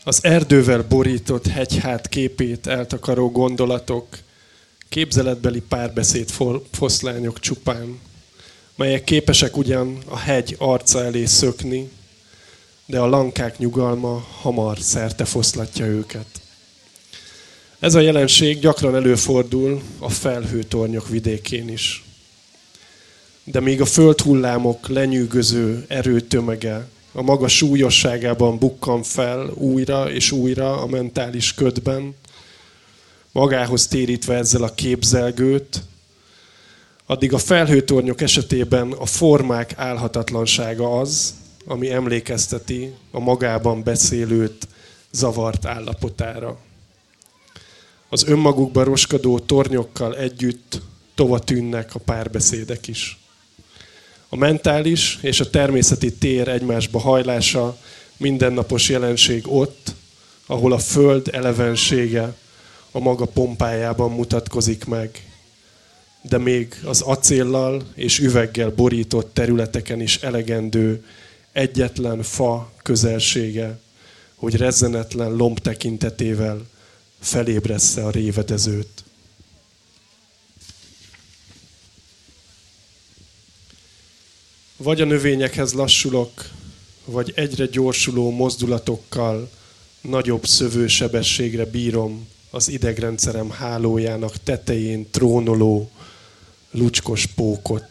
Az erdővel borított hegyhát képét eltakaró gondolatok, képzeletbeli párbeszéd foszlányok csupán, melyek képesek ugyan a hegy arca elé szökni, de a lankák nyugalma hamar szertefoszlatja őket. Ez a jelenség gyakran előfordul a felhőtornyok vidékén is. De míg a földhullámok lenyűgöző erőtömege a maga súlyosságában bukkan fel újra és újra a mentális ködben, magához térítve ezzel a képzelgőt, addig a felhőtornyok esetében a formák álhatatlansága az, ami emlékezteti a magában beszélőt zavart állapotára. Az önmagukban roskadó tornyokkal együtt tova tűnnek a párbeszédek is. A mentális és a természeti tér egymásba hajlása mindennapos jelenség ott, ahol a föld elevensége a maga pompájában mutatkozik meg. De még az acéllal és üveggel borított területeken is elegendő egyetlen fa közelsége, hogy rezzenetlen lomb tekintetével felébressze a révedezőt. Vagy a növényekhez lassulok, vagy egyre gyorsuló mozdulatokkal nagyobb szövősebességre bírom az idegrendszerem hálójának tetején trónoló lucskos pókot.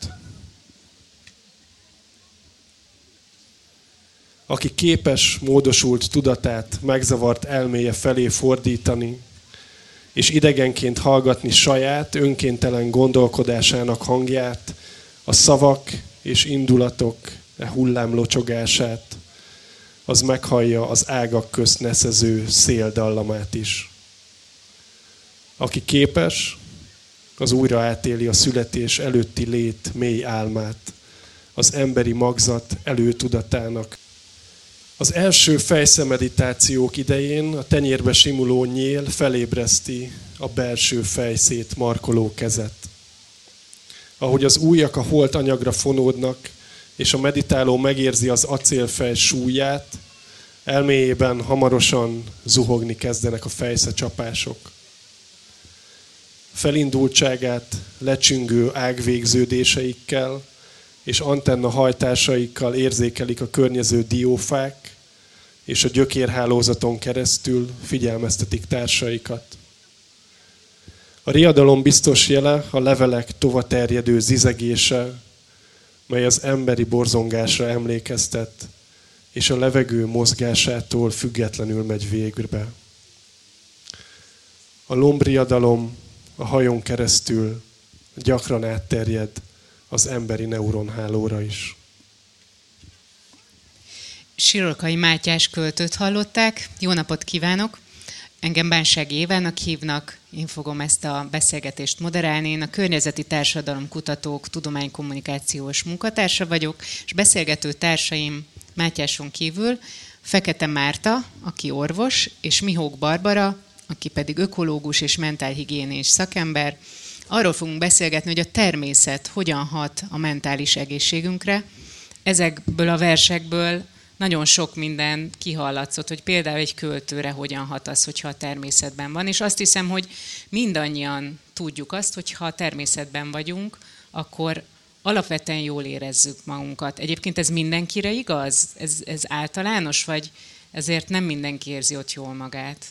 Aki képes módosult tudatát megzavart elméje felé fordítani, és idegenként hallgatni saját, önkéntelen gondolkodásának hangját, a szavak és indulatok hullámlocsogását, az meghallja az ágak közt neszező széldallamát is. Aki képes, az újra átéli a születés előtti lét mély álmát, az emberi magzat előtudatának. Az első fejszemeditációk idején a tenyérbe simuló nyél felébreszti a belső fejszét markoló kezet. Ahogy az ujjak a holt anyagra fonódnak, és a meditáló megérzi az acélfej súlyát, elméjében hamarosan zuhogni kezdenek a fejszecsapások. Felindultságát lecsüngő ágvégződéseikkel és antenna hajtásaikkal érzékelik a környező diófák, és a gyökérhálózaton keresztül figyelmeztetik társaikat. A riadalom biztos jele a levelek tovaterjedő zizegése, mely az emberi borzongásra emlékeztet, és a levegő mozgásától függetlenül megy végbe. A lombriadalom a hajón keresztül gyakran átterjed az emberi neuronhálóra is. Sirolkai Mátyás költőt hallották. Jó napot kívánok! Engem Bánsági Évának hívnak, én fogom ezt a beszélgetést moderálni. Én a Környezeti Társadalomkutatók tudománykommunikációs munkatársa vagyok, és beszélgető társaim Mátyáson kívül Fekete Márta, aki orvos, és Mihók Barbara, aki pedig ökológus és mentálhigiénés szakember. Arról fogunk beszélgetni, hogy a természet hogyan hat a mentális egészségünkre. Ezekből a versekből nagyon sok minden kihallatszott, hogy például egy költőre hogyan hat az, hogyha a természetben van. És azt hiszem, hogy mindannyian tudjuk azt, hogy ha a természetben vagyunk, akkor alapvetően jól érezzük magunkat. Egyébként ez mindenkire igaz? Ez általános, vagy ezért nem mindenki érzi ott jól magát?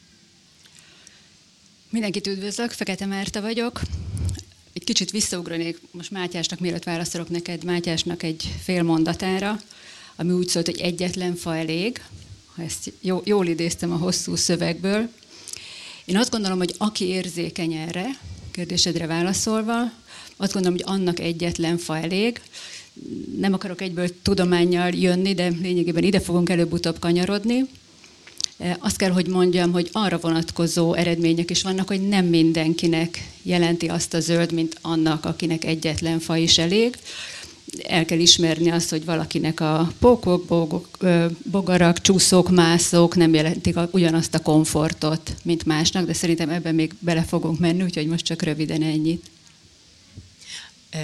Mindenkit üdvözlök, Fekete Márta vagyok. Egy kicsit visszaugranék most Mátyásnak, mielőtt válaszolok neked, Mátyásnak egy fél mondatára, ami úgy szólt, hogy egyetlen fa elég, ha ezt jól idéztem a hosszú szövegből. Én azt gondolom, hogy aki érzékeny erre, kérdésedre válaszolva, azt gondolom, hogy annak egyetlen fa elég. Nem akarok egyből tudománnyal jönni, de lényegében ide fogunk előbb-utóbb kanyarodni. Azt kell, hogy mondjam, hogy arra vonatkozó eredmények is vannak, hogy nem mindenkinek jelenti azt a zöld, mint annak, akinek egyetlen fa is elég. El kell ismerni azt, hogy valakinek a pókok, bogarak, csúszók, mászók nem jelentik ugyanazt a komfortot, mint másnak, de szerintem ebben még bele fogunk menni, úgyhogy most csak röviden ennyit.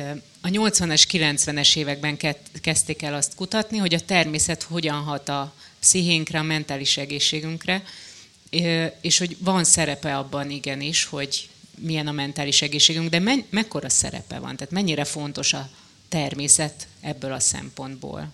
A 80-as, 90-es években kezdték el azt kutatni, hogy a természet hogyan hat a pszichénkre, a mentális egészségünkre, és hogy van szerepe abban igenis, hogy milyen a mentális egészségünk, de mekkora szerepe van? Tehát mennyire fontos a természet ebből a szempontból?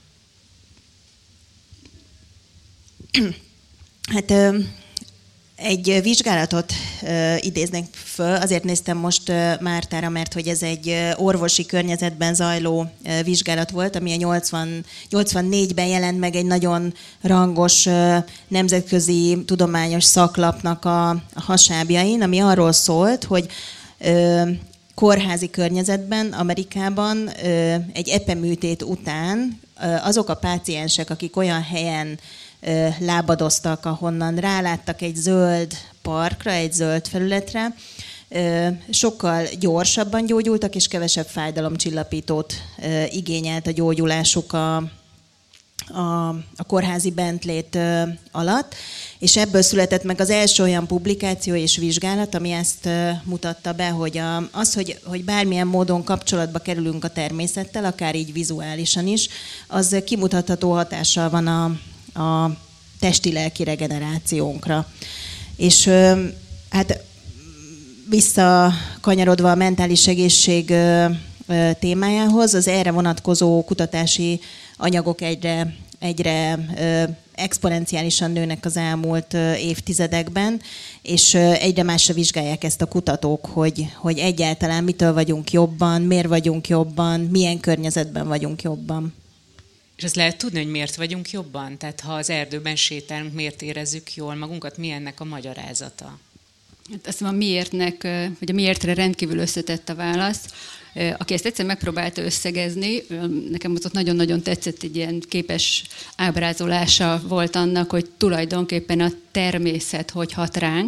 Hát egy vizsgálatot idéznék föl, azért néztem most Mártára, mert hogy ez egy orvosi környezetben zajló vizsgálat volt, ami a 84-ben jelent meg egy nagyon rangos nemzetközi tudományos szaklapnak a hasábjain, ami arról szólt, hogy kórházi környezetben, Amerikában egy epeműtét után azok a páciensek, akik olyan helyen lábadoztak, ahonnan ráláttak egy zöld parkra, egy zöld felületre, sokkal gyorsabban gyógyultak, és kevesebb fájdalomcsillapítót igényelt a gyógyulásuk a kórházi bentlét alatt, és ebből született meg az első olyan publikáció és vizsgálat, ami ezt mutatta be, hogy hogy bármilyen módon kapcsolatba kerülünk a természettel, akár így vizuálisan is, az kimutatható hatással van a testi-lelki regenerációnkra. És hát visszakanyarodva a mentális egészség témájához, az erre vonatkozó kutatási anyagok egyre exponenciálisan nőnek az elmúlt évtizedekben, és egyre másra vizsgálják ezt a kutatók, hogy egyáltalán mitől vagyunk jobban, miért vagyunk jobban, milyen környezetben vagyunk jobban. És azt lehet tudni, hogy miért vagyunk jobban? Tehát ha az erdőben sétálunk, miért érezzük jól magunkat? Mi ennek a magyarázata? Hát azt mondom, a miértre rendkívül összetett a válasz. Aki ezt egyszer megpróbálta összegezni, nekem ott nagyon-nagyon tetszett, egy ilyen képes ábrázolása volt annak, hogy tulajdonképpen a természet hogy hat ránk.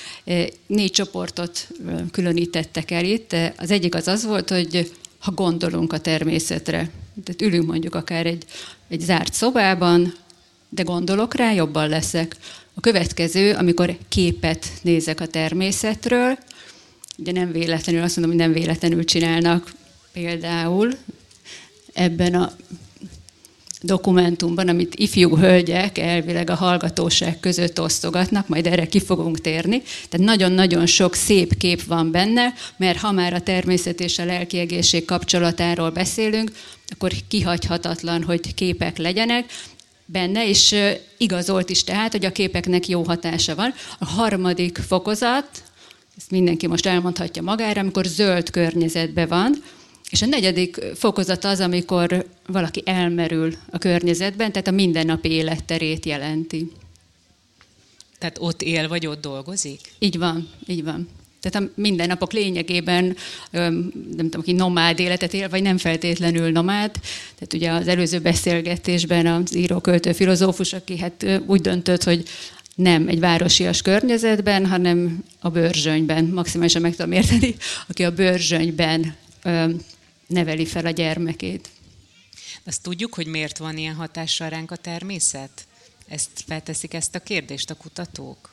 4 csoportot különítettek el itt. Az egyik az volt, hogy ha gondolunk a természetre, tehát ülünk mondjuk akár egy zárt szobában, de gondolok rá, jobban leszek. A következő, amikor képet nézek a természetről, ugye nem véletlenül, azt mondom, hogy nem véletlenül csinálnak például ebben a dokumentumban, amit ifjú hölgyek elvileg a hallgatóság között osztogatnak, majd erre ki fogunk térni. Tehát nagyon-nagyon sok szép kép van benne, mert ha már a természet és a lelki egészség kapcsolatáról beszélünk, akkor kihagyhatatlan, hogy képek legyenek benne, és igazolt is tehát, hogy a képeknek jó hatása van. A harmadik fokozat, ezt mindenki most elmondhatja magára, amikor zöld környezetben van, és a negyedik fokozat az, amikor valaki elmerül a környezetben, tehát a mindennapi életterét jelenti. Tehát ott él, vagy ott dolgozik? Így van, így van. Tehát a mindennapok lényegében, nem tudom, aki nomád életet él, vagy nem feltétlenül nomád. Tehát ugye az előző beszélgetésben az író, költő, filozófus, aki hát úgy döntött, hogy nem egy városias környezetben, hanem a Börzsönyben, maximálisan meg tudom érteni, aki a Börzsönyben neveli fel a gyermekét. Azt tudjuk, hogy miért van ilyen hatással ránk a természet? Felteszik ezt a kérdést a kutatók?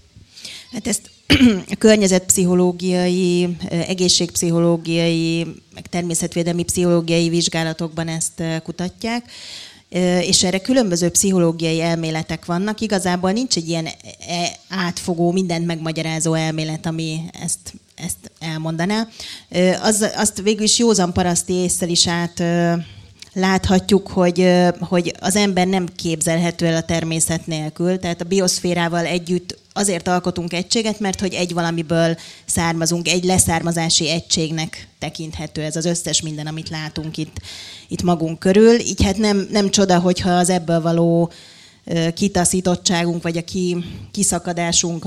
Hát ezt a környezetpszichológiai, egészségpszichológiai, meg természetvédelmi pszichológiai vizsgálatokban ezt kutatják, és erre különböző pszichológiai elméletek vannak. Igazából nincs egy ilyen átfogó, mindent megmagyarázó elmélet, ami ezt elmondaná. Azt végül is józan paraszti ésszel is láthatjuk, hogy az ember nem képzelhető el a természet nélkül. Tehát a bioszférával együtt azért alkotunk egységet, mert hogy egy valamiből származunk, egy leszármazási egységnek tekinthető ez az összes minden, amit látunk itt magunk körül. Így hát nem csoda, hogyha az ebből való kitaszítottságunk, vagy a kiszakadásunk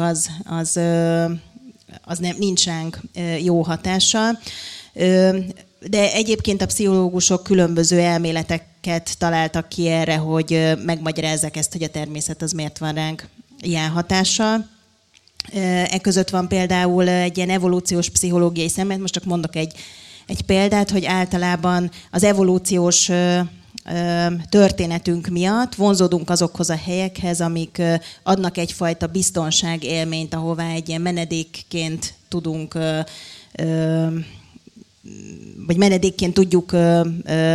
az nincs ránk jó hatással. De egyébként a pszichológusok különböző elméleteket találtak ki erre, hogy megmagyarázzák ezt, hogy a természet az miért van ránk ilyen hatással. Között van például egy ilyen evolúciós pszichológiai szemlélet, most csak mondok egy példát, hogy általában az evolúciós történetünk miatt vonzódunk azokhoz a helyekhez, amik adnak egyfajta biztonságélményt, ahová egy ilyen menedékként tudunk vagy menedékként tudjuk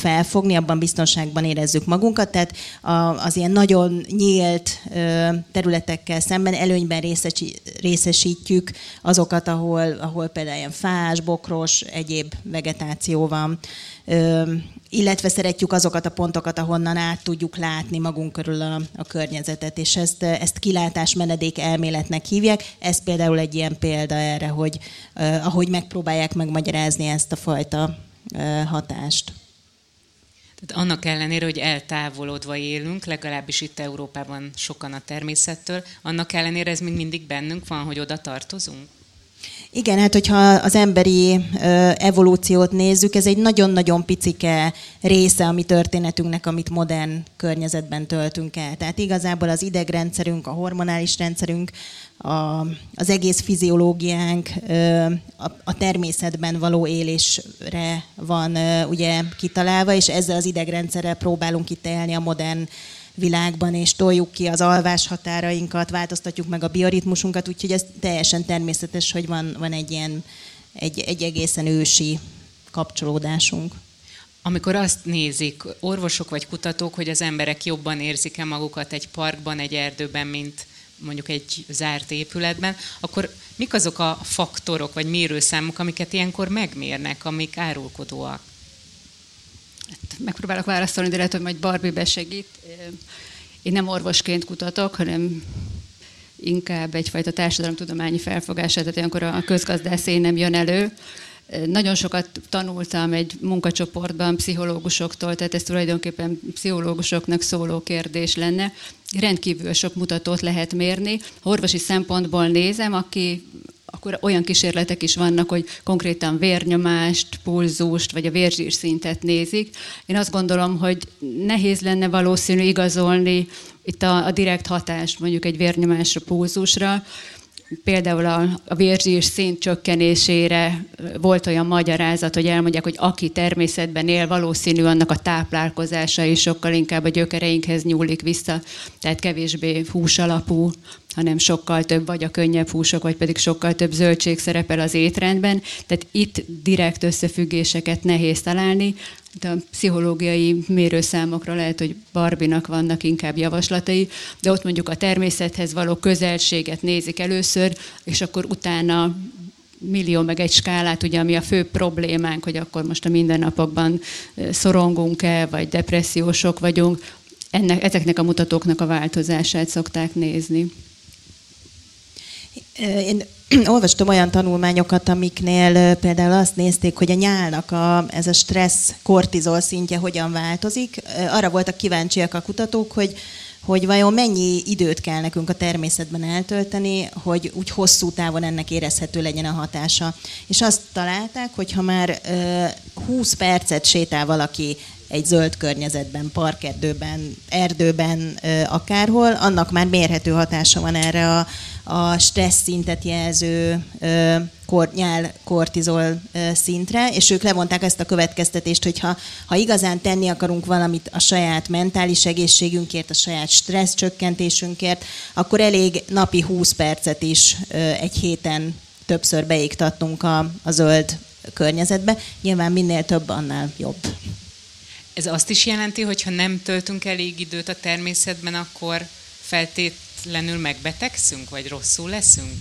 felfogni, abban biztonságban érezzük magunkat, tehát az ilyen nagyon nyílt területekkel szemben előnyben részesítjük azokat, ahol például ilyen fás, bokros, egyéb vegetáció van, illetve szeretjük azokat a pontokat, ahonnan át tudjuk látni magunk körül a környezetet, és ezt kilátásmenedék elméletnek hívják. Ez például egy ilyen példa erre, hogy ahogy megpróbálják megmagyarázni ezt a fajta hatást. Tehát annak ellenére, hogy eltávolodva élünk, legalábbis itt Európában sokan a természettől, annak ellenére ez még mindig bennünk van, hogy oda tartozunk? Igen, hát hogyha az emberi evolúciót nézzük, ez egy nagyon-nagyon picike része a mi történetünknek, amit modern környezetben töltünk el. Tehát igazából az idegrendszerünk, a hormonális rendszerünk, az egész fiziológiánk a természetben való élésre van ugye kitalálva, és ezzel az idegrendszerrel próbálunk itt élni a modern világban, és toljuk ki az alvás határainkat, változtatjuk meg a bioritmusunkat, úgyhogy ez teljesen természetes, hogy van egy ilyen egy egészen ősi kapcsolódásunk. Amikor azt nézik orvosok vagy kutatók, hogy az emberek jobban érzik-e magukat egy parkban, egy erdőben, mint mondjuk egy zárt épületben, akkor mik azok a faktorok vagy mérőszámok, amiket ilyenkor megmérnek, amik árulkodóak? Megpróbálok válaszolni, de lehet, hogy majd Barbie besegít. Én nem orvosként kutatok, hanem inkább egyfajta társadalomtudományi felfogását, tehát olyankor a közgazdász én nem jön elő. Nagyon sokat tanultam egy munkacsoportban pszichológusoktól, tehát ez tulajdonképpen pszichológusoknak szóló kérdés lenne. Rendkívül sok mutatót lehet mérni. Ha orvosi szempontból nézem, akkor olyan kísérletek is vannak, hogy konkrétan vérnyomást, pulzust, vagy a vérzsírszintet nézik. Én azt gondolom, hogy nehéz lenne valószínű igazolni itt a direkt hatást mondjuk egy vérnyomásra, pulzusra. Például a vérzsírs szint csökkenésére volt olyan magyarázat, hogy elmondják, hogy aki természetben él, valószínű annak a táplálkozása is sokkal inkább a gyökereinkhez nyúlik vissza, tehát kevésbé húsalapú, hanem sokkal több, vagy a könnyebb húsok, vagy pedig sokkal több zöldség szerepel az étrendben. Tehát itt direkt összefüggéseket nehéz találni. De a pszichológiai mérőszámokra lehet, hogy Barbinak vannak inkább javaslatai, de ott mondjuk a természethez való közelséget nézik először, és akkor utána millió meg egy skálát, ugye, ami a fő problémánk, hogy akkor most a mindennapokban szorongunk-e, vagy depressziósok vagyunk. Ezeknek a mutatóknak a változását szokták nézni. Én olvastam olyan tanulmányokat, amiknél például azt nézték, hogy a nyálnak ez a stressz kortizol szintje hogyan változik. Arra voltak kíváncsiak a kutatók, hogy vajon mennyi időt kell nekünk a természetben eltölteni, hogy úgy hosszú távon ennek érezhető legyen a hatása. És azt találták, hogy ha már 20 percet sétál valaki egy zöld környezetben, parkerdőben, erdőben, akárhol, annak már mérhető hatása van erre a stressz szintet jelző nyál kortizol szintre, és ők levonták ezt a következtetést, hogy ha igazán tenni akarunk valamit a saját mentális egészségünkért, a saját stressz csökkentésünkért, akkor elég napi 20 percet is egy héten többször beiktatnunk a zöld környezetbe. Nyilván minél több, annál jobb. Ez azt is jelenti, hogy ha nem töltünk elég időt a természetben, akkor feltétlenül megbetegszünk, vagy rosszul leszünk?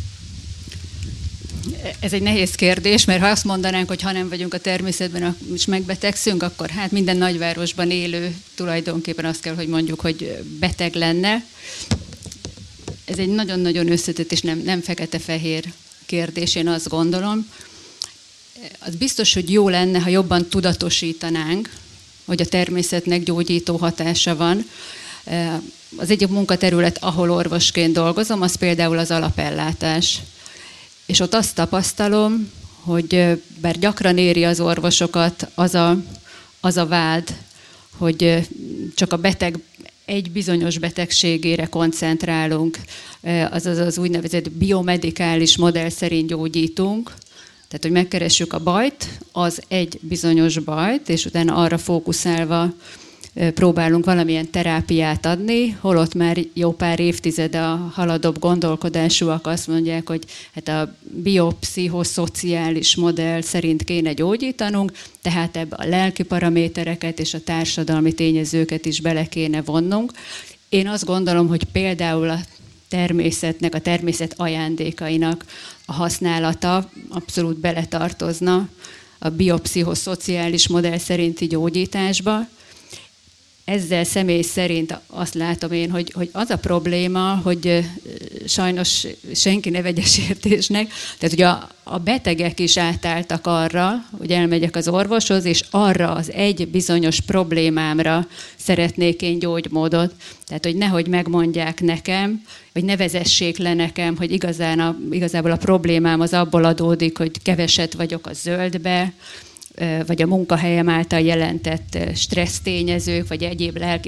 Ez egy nehéz kérdés, mert ha azt mondanánk, hogy ha nem vagyunk a természetben, és megbetegszünk, akkor hát minden nagyvárosban élő tulajdonképpen azt kell, hogy mondjuk, hogy beteg lenne. Ez egy nagyon-nagyon összetett és nem fekete-fehér kérdés, én azt gondolom. Az biztos, hogy jó lenne, ha jobban tudatosítanánk, hogy a természetnek gyógyító hatása van. Az egyik munkaterület, ahol orvosként dolgozom, az például az alapellátás. És ott azt tapasztalom, hogy bár gyakran éri az orvosokat az a vád, hogy csak a beteg egy bizonyos betegségére koncentrálunk, azaz az úgynevezett biomedikális modell szerint gyógyítunk, tehát, hogy megkeressük a bajt, az egy bizonyos bajt, és utána arra fókuszálva próbálunk valamilyen terápiát adni, holott már jó pár évtizede a haladóbb gondolkodásúak azt mondják, hogy hát a biopszichoszociális modell szerint kéne gyógyítanunk, tehát ebbe a lelki paramétereket és a társadalmi tényezőket is bele kéne vonnunk. Én azt gondolom, hogy például a természetnek, a természet ajándékainak a használata abszolút beletartozna a biopszichoszociális modell szerinti gyógyításba. Ezzel személy szerint azt látom én, hogy az a probléma, hogy sajnos senki ne vegye sértésnek, tehát ugye a betegek is átálltak arra, hogy elmegyek az orvoshoz, és arra az egy bizonyos problémámra szeretnék én gyógymódot. Tehát, hogy nehogy megmondják nekem, hogy ne vezessék le nekem, hogy igazából a problémám az abból adódik, hogy keveset vagyok a zöldbe, vagy a munkahelyem által jelentett stressztényezők, vagy egyéb lelki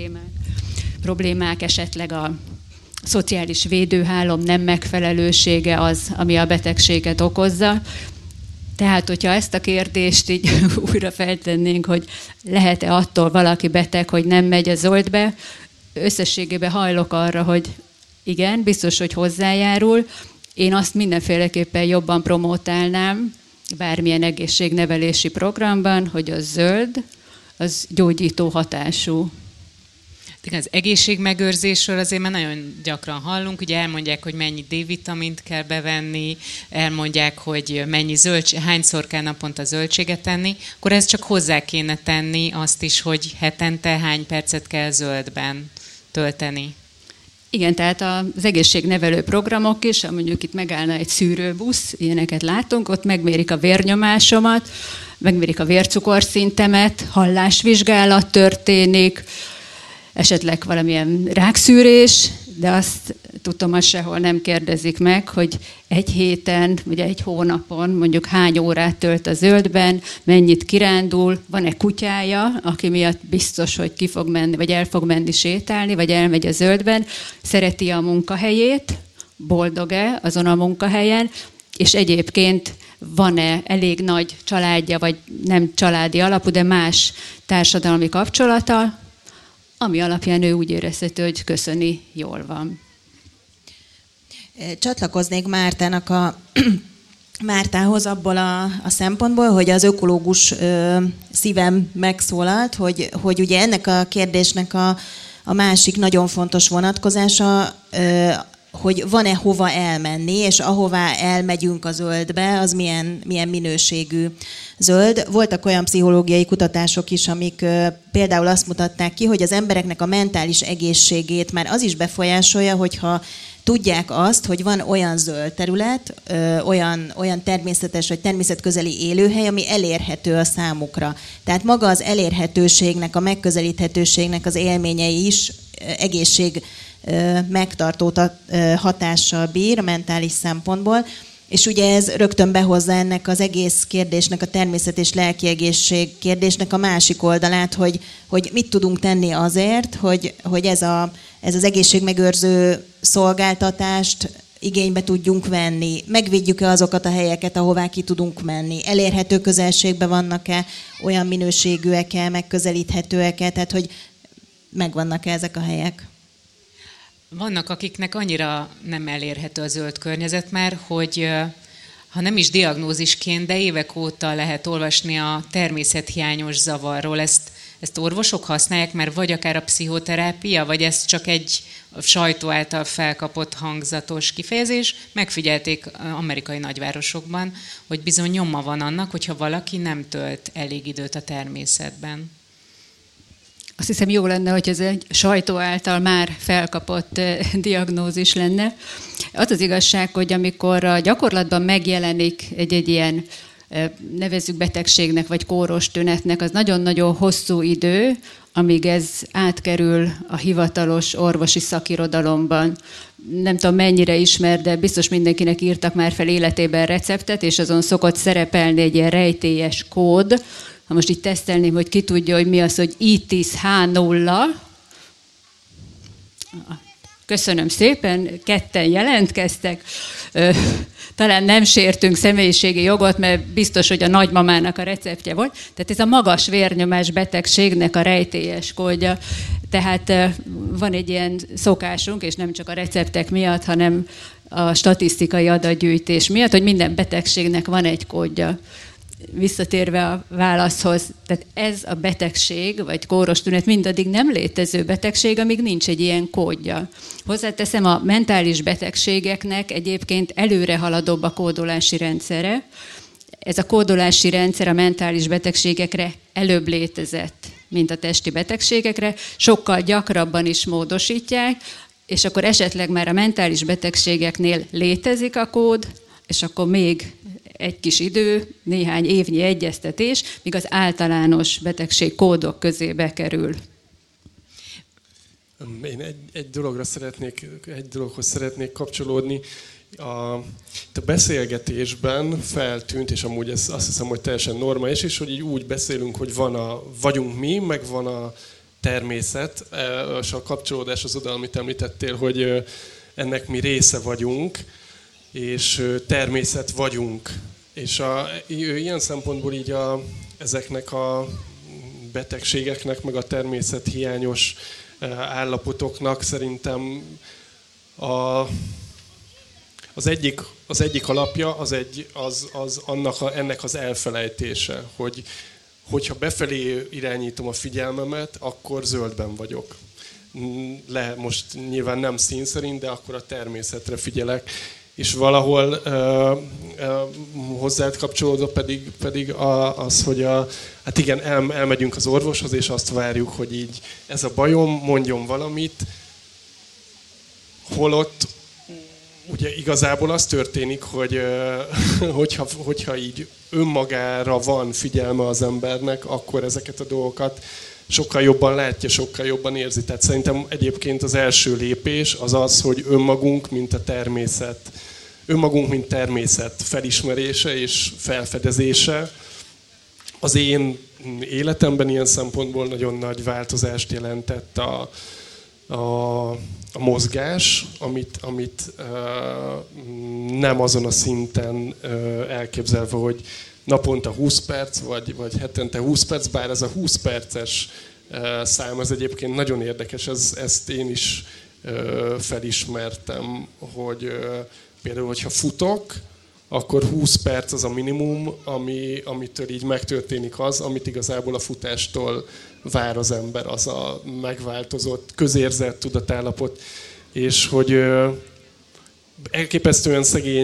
problémák, esetleg a szociális védőhálom nem megfelelősége az, ami a betegséget okozza. Tehát, hogyha ezt a kérdést így újra feltennénk, hogy lehet-e attól valaki beteg, hogy nem megy a zöldbe, összességében hajlok arra, hogy igen, biztos, hogy hozzájárul. Én azt mindenféleképpen jobban promótálnám, bármilyen egészségnevelési programban, hogy a zöld, az gyógyító hatású. Igen, az egészségmegőrzésről azért már nagyon gyakran hallunk, ugye elmondják, hogy mennyi D-vitamint kell bevenni, elmondják, hogy hányszor kell naponta zöldséget tenni, akkor ezt csak hozzá kéne tenni azt is, hogy hetente hány percet kell zöldben tölteni. Igen, tehát az egészségnevelő programok is, mondjuk itt megállna egy szűrőbusz, ilyeneket látunk, ott megmérik a vérnyomásomat, megmérik a vércukorszintemet, hallásvizsgálat történik, esetleg valamilyen rákszűrés, de azt tudom, hogy sehol nem kérdezik meg, hogy egy héten, vagy egy hónapon mondjuk hány órát tölt a zöldben, mennyit kirándul, van-e kutyája, aki miatt biztos, hogy ki fog menni, vagy el fog menni sétálni, vagy elmegy a zöldben, szereti a munkahelyét, boldog-e azon a munkahelyen, és egyébként van-e elég nagy családja, vagy nem családi alapú, de más társadalmi kapcsolata, ami alapján ő úgy érezhető, hogy köszöni, jól van. Csatlakoznék Mártához abból a szempontból, hogy az ökológus szívem megszólalt, hogy ugye ennek a kérdésnek a másik nagyon fontos vonatkozása, hogy van-e hova elmenni, és ahová elmegyünk a zöldbe, az milyen minőségű zöld. Voltak olyan pszichológiai kutatások is, amik például azt mutatták ki, hogy az embereknek a mentális egészségét már az is befolyásolja, hogyha tudják azt, hogy van olyan zöld terület, olyan természetes vagy természetközeli élőhely, ami elérhető a számukra. Tehát maga az elérhetőségnek, a megközelíthetőségnek az élményei is egészség megtartó hatással bír mentális szempontból, és ugye ez rögtön behozza ennek az egész kérdésnek, a természet és lelki egészség kérdésnek a másik oldalát, hogy mit tudunk tenni azért, hogy ez az egészségmegőrző szolgáltatást igénybe tudjunk venni, megvédjük-e azokat a helyeket, ahová ki tudunk menni, elérhető közelségben vannak-e, olyan minőségűek-e, megközelíthetőek-e, tehát hogy megvannak-e ezek a helyek. Vannak, akiknek annyira nem elérhető a zöld környezet már, hogy ha nem is diagnózisként, de évek óta lehet olvasni a természethiányos zavarról. Ezt orvosok használják már, vagy akár a pszichoterápia, vagy ez csak egy sajtó által felkapott hangzatos kifejezés. Megfigyelték amerikai nagyvárosokban, hogy bizony nyoma van annak, hogyha valaki nem tölt elég időt a természetben. Azt hiszem, jó lenne, hogy ez egy sajtó által már felkapott diagnózis lenne. Az az igazság, hogy amikor a gyakorlatban megjelenik egy ilyen nevezzük betegségnek vagy kóros tünetnek, az nagyon-nagyon hosszú idő, amíg ez átkerül a hivatalos orvosi szakirodalomban. Nem tudom, mennyire ismer, de biztos mindenkinek írtak már fel életében receptet, és azon szokott szerepelni egy ilyen rejtélyes kód. Ha most itt tesztelném, hogy ki tudja, hogy mi az, hogy ITIS H0, Köszönöm szépen, 2 jelentkeztek. Talán nem sértünk személyiségi jogot, mert biztos, hogy a nagymamának a receptje volt. Tehát ez a magas vérnyomás betegségnek a rejtélyes kódja. Tehát van egy ilyen szokásunk, és nem csak a receptek miatt, hanem a statisztikai adatgyűjtés miatt, hogy minden betegségnek van egy kódja. Visszatérve a válaszhoz, tehát ez a betegség, vagy kóros tünet mindaddig nem létező betegség, amíg nincs egy ilyen kódja. Hozzáteszem, a mentális betegségeknek egyébként előre haladóbb a kódolási rendszere. Ez a kódolási rendszer a mentális betegségekre előbb létezett, mint a testi betegségekre. Sokkal gyakrabban is módosítják, és akkor esetleg már a mentális betegségeknél létezik a kód, és akkor még egy kis idő, néhány évnyi egyeztetés, míg az általános betegség kódok közé bekerül. Én egy dologhoz szeretnék kapcsolódni. A beszélgetésben feltűnt, és amúgy ez azt hiszem, hogy teljesen normális is, hogy így úgy beszélünk, hogy vagyunk mi, meg van a természet, és a kapcsolódás az oda, amit említettél, hogy ennek mi része vagyunk, és természet vagyunk. És ilyen szempontból így ezeknek a betegségeknek, meg a természethiányos állapotoknak szerintem az egyik alapja ennek az elfelejtése, hogyha befelé irányítom a figyelmemet, akkor zöldben vagyok. Most nyilván nem szín szerint, de akkor a természetre figyelek. És valahol hozzád kapcsolódva pedig az, hogy hát igen, elmegyünk az orvoshoz, és azt várjuk, hogy így ez a bajom, mondjon valamit, holott ugye igazából az történik, hogy hogyha így önmagára van figyelme az embernek, akkor ezeket a dolgokat sokkal jobban látja, sokkal jobban érzi. Tehát szerintem egyébként az első lépés az az, hogy önmagunk, mint természet felismerése és felfedezése. Az én életemben ilyen szempontból nagyon nagy változást jelentett a mozgás, amit nem azon a szinten elképzelve, hogy naponta 20 perc, vagy hetente 20 perc, bár ez a 20 perces szám, ez egyébként nagyon érdekes, ezt én is felismertem, hogy például, hogyha futok, akkor 20 perc az a minimum, amitől így megtörténik az, amit igazából a futástól vár az ember, az a megváltozott közérzet, tudatállapot, és hogy elképesztően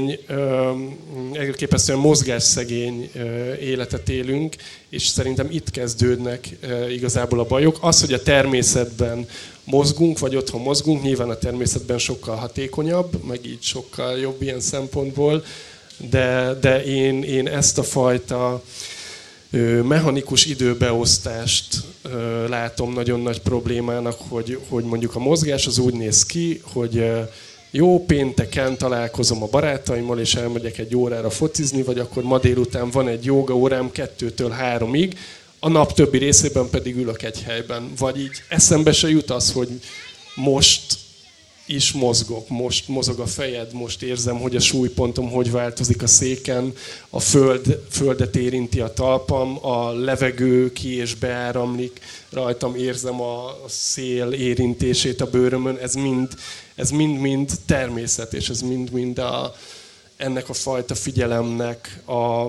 mozgásszegény életet élünk, és szerintem itt kezdődnek igazából a bajok. Az, hogy a természetben mozgunk, vagy otthon mozgunk, nyilván a természetben sokkal hatékonyabb, meg így sokkal jobb ilyen szempontból, de én ezt a fajta mechanikus időbeosztást látom nagyon nagy problémának, hogy mondjuk a mozgás az úgy néz ki, hogy jó, pénteken találkozom a barátaimmal, és elmegyek egy órára focizni, vagy akkor ma délután van egy jóga órám 2-től 3-ig, a nap többi részében pedig ülök egy helyben. Vagy így eszembe se jut az, hogy most is mozgok, most mozog a fejed, most érzem, hogy a súlypontom hogy változik a széken, a földet érinti a talpam, a levegő ki és beáramlik rajtam, érzem a szél érintését a bőrömön, ez mind természet, és ez mind ennek a fajta figyelemnek a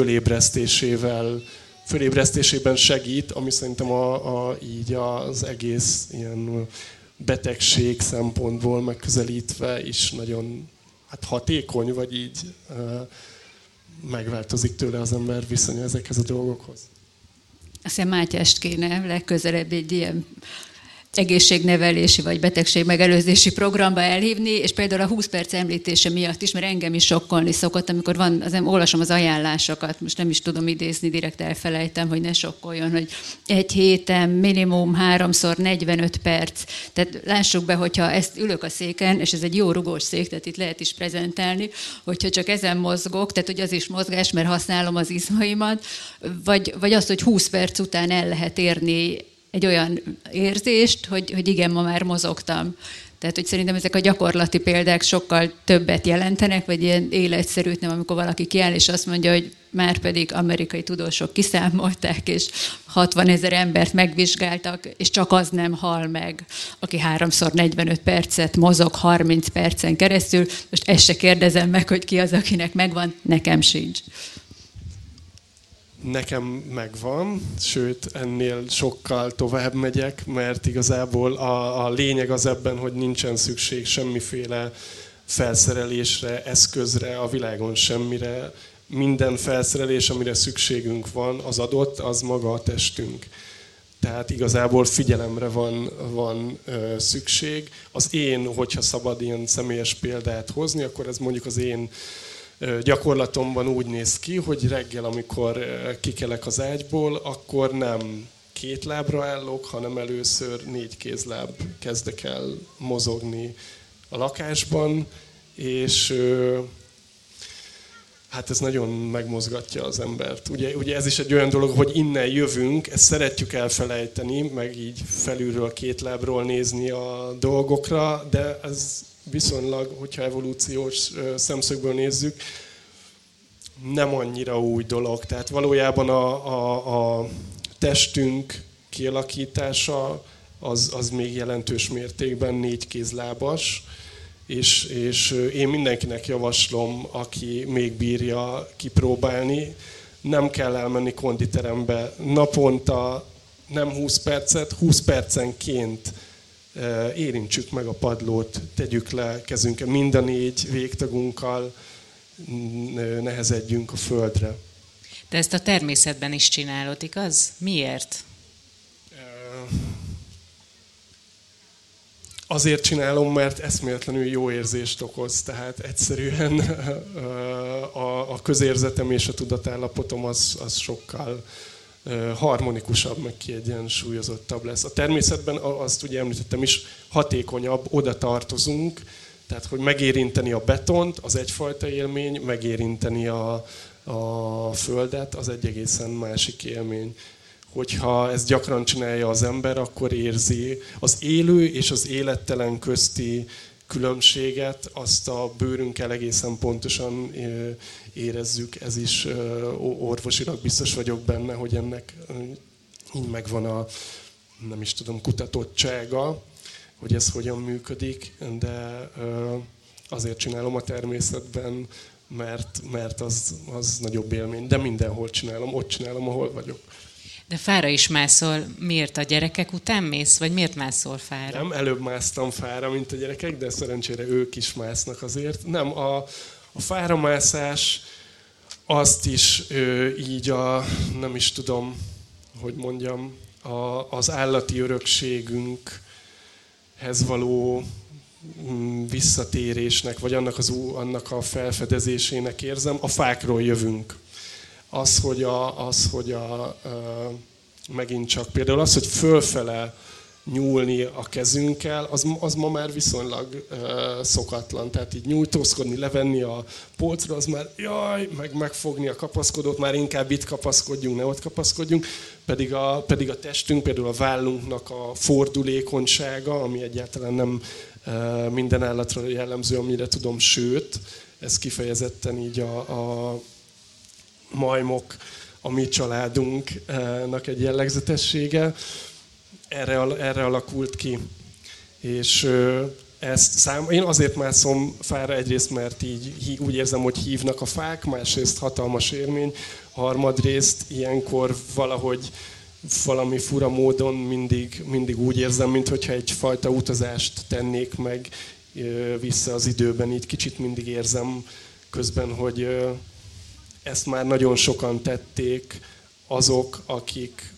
fölébresztésében segít, ami szerintem így az egész ilyen betegség szempontból megközelítve is nagyon hatékony, vagy így megváltozik tőle az ember viszonya ezekhez a dolgokhoz. Azt hiszem Mátyást kéne legközelebb egy ilyen egészségnevelési vagy betegségmegelőzési programba elhívni, és például a 20 perc említése miatt is, mert engem is sokkolni szokott, amikor olvasom az ajánlásokat, most nem is tudom idézni, direkt elfelejtem, hogy ne sokkoljon, hogy egy héten minimum 3-szor 45 perc. Tehát lássuk be, hogyha ezt ülök a széken, és ez egy jó rugós szék, tehát itt lehet is prezentálni, hogyha csak ezen mozgok, tehát hogy az is mozgás, mert használom az izmaimat, vagy azt, hogy 20 perc után el lehet érni egy olyan érzést, hogy igen, ma már mozogtam. Tehát, hogy szerintem ezek a gyakorlati példák sokkal többet jelentenek, vagy ilyen életszerűt, nem amikor valaki kiáll, és azt mondja, hogy már pedig amerikai tudósok kiszámolták, és 60 000 embert megvizsgáltak, és csak az nem hal meg, aki 3x45 percet mozog 30 percen keresztül. Most ezt se kérdezem meg, hogy ki az, akinek megvan, nekem sincs. Nekem megvan, sőt, ennél sokkal tovább megyek, mert igazából a lényeg az ebben, hogy nincsen szükség semmiféle felszerelésre, eszközre, a világon semmire. Minden felszerelés, amire szükségünk van, az adott, az maga a testünk. Tehát igazából figyelemre van szükség. Az én, hogyha szabad ilyen személyes példát hozni, akkor ez mondjuk az én gyakorlatomban úgy néz ki, hogy reggel, amikor kikelek az ágyból, akkor nem 2 lábra állok, hanem először 4 kézláb kezdek el mozogni a lakásban, és hát ez nagyon megmozgatja az embert. Ugye ez is egy olyan dolog, hogy innen jövünk, ezt szeretjük elfelejteni, meg így felülről 2 lábról nézni a dolgokra, de ez viszonylag, hogyha evolúciós szemszögből nézzük, nem annyira új dolog. Tehát valójában a testünk kialakítása az még jelentős mértékben 4 kézlábas, és én mindenkinek javaslom, aki még bírja kipróbálni, nem kell elmenni konditerembe. Naponta nem 20 percet, 20 percenként érintsük meg a padlót, tegyük le kezünket, mind a 4 végtagunkkal nehezedjünk a földre. De ezt a természetben is csinálod, igaz? Miért? Azért csinálom, mert eszméletlenül jó érzést okoz, tehát egyszerűen a közérzetem és a tudatállapotom az sokkal harmonikusabb, meg kiegyensúlyozottabb lesz. A természetben, azt ugye említettem is, hatékonyabb, oda tartozunk, tehát hogy megérinteni a betont, az egyfajta élmény, megérinteni a földet, az egy egészen másik élmény. Hogyha ezt gyakran csinálja az ember, akkor érzi az élő és az élettelen közti különbséget, azt a bőrünkkel egészen pontosan érezzük. Ez is orvosilag biztos vagyok benne, hogy ennek így megvan a, nem is tudom, kutatottsága, hogy ez hogyan működik, de azért csinálom a természetben, mert az nagyobb élmény. De mindenhol csinálom, ott csinálom, ahol vagyok. De fára is mászol. Miért a gyerekek után mész, vagy miért mászol fára? Nem, előbb másztam fára, mint a gyerekek, de szerencsére ők is másznak azért. Nem, a fáramászás azt is így nem is tudom, hogy mondjam, az állati örökségünkhez való visszatérésnek, vagy annak a felfedezésének érzem. A fákról jövünk. Megint csak például az, hogy fölfele nyúlni a kezünkkel, az ma már viszonylag szokatlan. Tehát így nyújtózkodni, levenni a polcra, az már jaj, megfogni a kapaszkodót, már inkább itt kapaszkodjunk, ne ott kapaszkodjunk. Pedig a testünk, például a vállunknak a fordulékonysága, ami egyáltalán nem minden állatra jellemző, amire tudom, sőt, ez kifejezetten így a majmok, a mi családunknak egy jellegzetessége, erre alakult ki. És én azért mászom fára egyrészt, mert így úgy érzem, hogy hívnak a fák, másrészt hatalmas élmény, harmadrészt ilyenkor valahogy valami fura módon mindig úgy érzem, mintha egyfajta utazást tennék meg vissza az időben. Így kicsit mindig érzem közben, hogy ezt már nagyon sokan tették azok, akik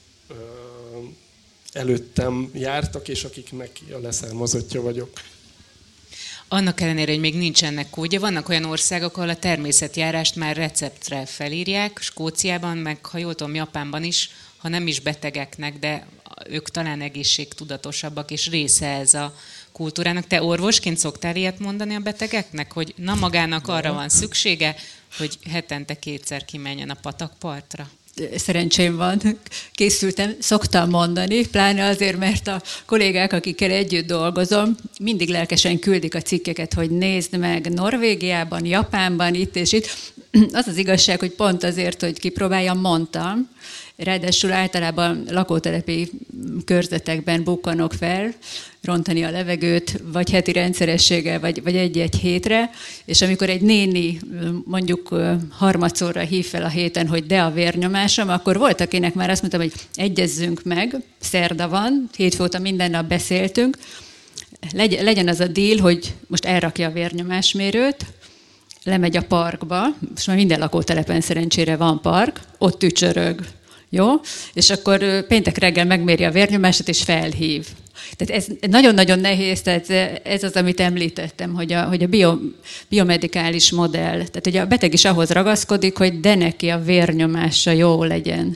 előttem jártak, és akiknek a leszármazottja vagyok. Annak ellenére, hogy még nincs ennek kódja, vannak olyan országok, ahol a természetjárást már receptre felírják, Skóciában, meg ha jól tudom, Japánban is, ha nem is betegeknek, de ők talán egészségtudatosabbak, és része ez a kultúrának. Te orvosként szoktál ilyet mondani a betegeknek, hogy na magának arra van szüksége, hogy hetente 2-szer kimenjen a patakpartra? szerencsém van, készültem, szoktam mondani, pláne azért, mert a kollégák, akikkel együtt dolgozom, mindig lelkesen küldik a cikkeket, hogy nézd meg Norvégiában, Japánban, itt és itt. Az az igazság, hogy pont azért, hogy kipróbáljam, mondtam, ráadásul általában lakótelepi körzetekben bukkanok fel, rontani a levegőt, vagy heti rendszerességgel, vagy egy-egy hétre, és amikor egy néni mondjuk harmadszorra hív fel a héten, hogy de a vérnyomásom, akkor volt, akinek már azt mondtam, hogy egyezzünk meg, szerda van, hétfő óta minden nap beszéltünk, legyen az a deal, hogy most elrakja a vérnyomásmérőt, lemegy a parkba, most már minden lakótelepen szerencsére van park, ott tücsörög, jó? És akkor péntek reggel megméri a vérnyomását, és felhív. Tehát ez nagyon-nagyon nehéz, tehát ez az, amit említettem, hogy a biomedikális modell, tehát hogy a beteg is ahhoz ragaszkodik, hogy de neki a vérnyomása jó legyen.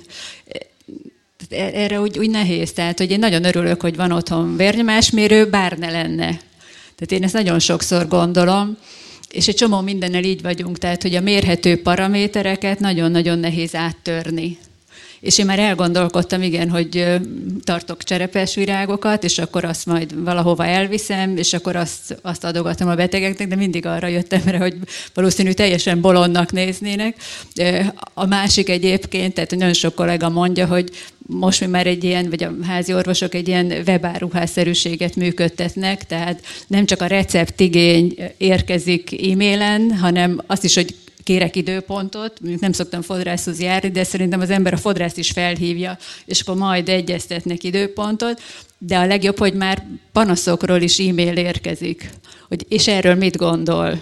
Erre úgy nehéz, tehát hogy én nagyon örülök, hogy van otthon vérnyomásmérő, bár ne lenne. Tehát én ezt nagyon sokszor gondolom, és egy csomó mindennel így vagyunk, tehát hogy a mérhető paramétereket nagyon-nagyon nehéz áttörni. És én már elgondolkodtam, igen, hogy tartok cserepes virágokat, és akkor azt majd valahova elviszem, és akkor azt adogatom a betegeknek, de mindig arra jöttem rá, hogy valószínű teljesen bolondnak néznének. A másik egyébként, tehát nagyon sok kollega mondja, hogy most mi már egy ilyen, vagy a házi orvosok egy ilyen webáruházszerűséget működtetnek, tehát nem csak a receptigény érkezik e-mailen, hanem azt is, hogy kérek időpontot, mondjuk nem szoktam fodrászhoz járni, de szerintem az ember a fodrászt is felhívja, és akkor majd egyeztetnek időpontot, de a legjobb, hogy már panaszokról is e-mail érkezik, hogy és erről mit gondol.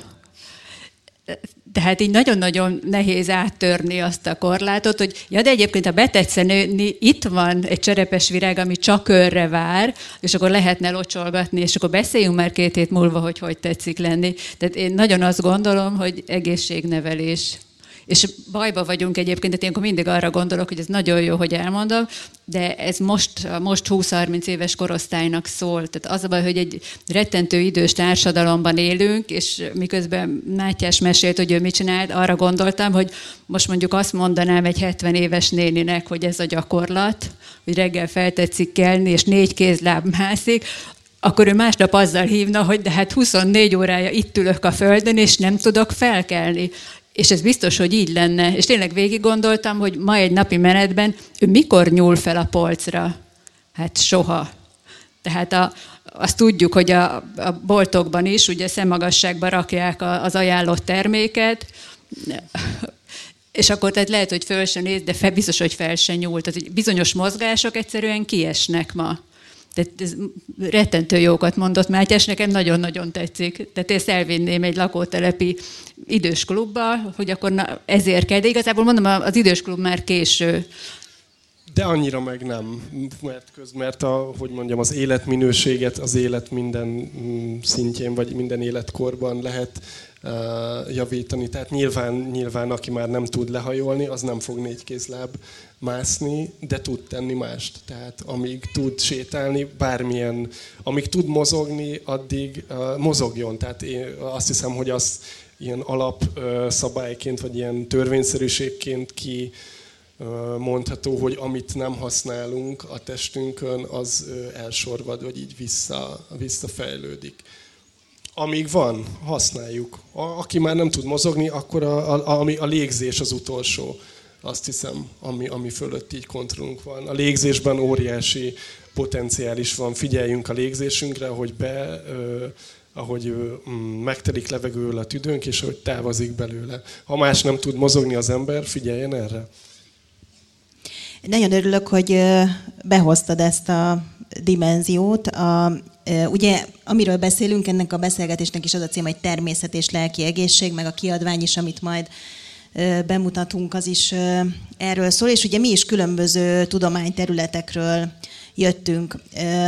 Tehát így nagyon-nagyon nehéz áttörni azt a korlátot, hogy ja, de egyébként, ha betetsz nőni, itt van egy cserepes virág, ami csak körre vár, és akkor lehetne locsolgatni, és akkor beszéljünk már 2 hét múlva, hogy tetszik lenni. Tehát én nagyon azt gondolom, hogy egészségnevelés. És bajba vagyunk egyébként, tehát ilyenkor mindig arra gondolok, hogy ez nagyon jó, hogy elmondom, de ez most 20-30 éves korosztálynak szól. Tehát az a baj, hogy egy rettentő idős társadalomban élünk, és miközben Mátyás mesélt, hogy ő mit csinált, arra gondoltam, hogy most mondjuk azt mondanám egy 70 éves néninek, hogy ez a gyakorlat, hogy reggel feltetszik kelni, és 4 kézláb mászik, akkor ő másnap azzal hívna, hogy de hát 24 órája itt ülök a földön, és nem tudok felkelni. És ez biztos, hogy így lenne. És tényleg végig gondoltam, hogy ma egy napi menetben ő mikor nyúl fel a polcra? Hát soha. Tehát azt tudjuk, hogy a boltokban is ugye szemmagasságba rakják az ajánlott terméket, és akkor tehát lehet, hogy föl se néz, de biztos, hogy fel se nyúl. Tehát bizonyos mozgások egyszerűen kiesnek ma. Tehát ez rettentő jókat mondott Mátyás, nekem nagyon-nagyon tetszik. Tehát ezt elvinném egy lakótelepi idős klubba, hogy akkor ezért kell. De igazából mondom, az idős klub már késő. De annyira meg nem, mert az életminőséget az élet minden szintjén, vagy minden életkorban lehet javítani. Tehát nyilván, aki már nem tud lehajolni, az nem fog 4 kézláb mászni, de tud tenni mást. Tehát amíg tud sétálni, bármilyen, amíg tud mozogni, addig mozogjon. Tehát én azt hiszem, hogy az ilyen alapszabályként, vagy ilyen törvényszerűségként mondható, hogy amit nem használunk a testünkön, az elsorvad, vagy így visszafejlődik. Amíg van, használjuk. Aki már nem tud mozogni, akkor a légzés az utolsó, azt hiszem, ami fölött így kontrollunk van. A légzésben óriási potenciál is van. Figyeljünk a légzésünkre, ahogy megtelik levegővel a tüdőnk, és ahogy távozik belőle. Ha más nem tud mozogni az ember, figyeljen erre. Nagyon örülök, hogy behoztad ezt a dimenziót. Ugye, amiről beszélünk, ennek a beszélgetésnek is az a cím, hogy természet és lelki egészség, meg a kiadvány is, amit majd bemutatunk, az is erről szól. És ugye mi is különböző tudományterületekről jöttünk.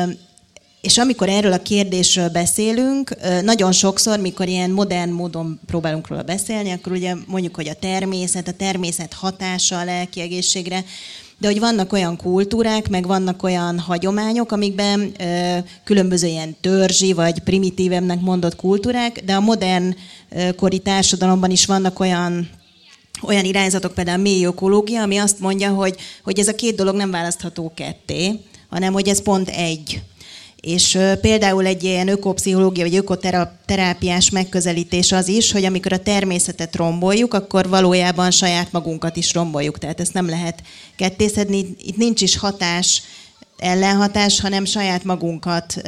És amikor erről a kérdésről beszélünk, nagyon sokszor, mikor ilyen modern módon próbálunk róla beszélni, akkor ugye mondjuk, hogy a természet hatása a lelki egészségre, de hogy vannak olyan kultúrák, meg vannak olyan hagyományok, amikben különböző ilyen törzsi, vagy primitívebbnek mondott kultúrák, de a modern kori társadalomban is vannak olyan olyan irányzatok, például a mély ökológia, ami azt mondja, hogy ez a két dolog nem választható ketté, hanem hogy ez pont egy. És például egy ilyen ökopszichológia vagy ökoterápiás megközelítés az is, hogy amikor a természetet romboljuk, akkor valójában saját magunkat is romboljuk. Tehát ezt nem lehet kettészedni. Itt nincs is hatás, ellenhatás, hanem saját magunk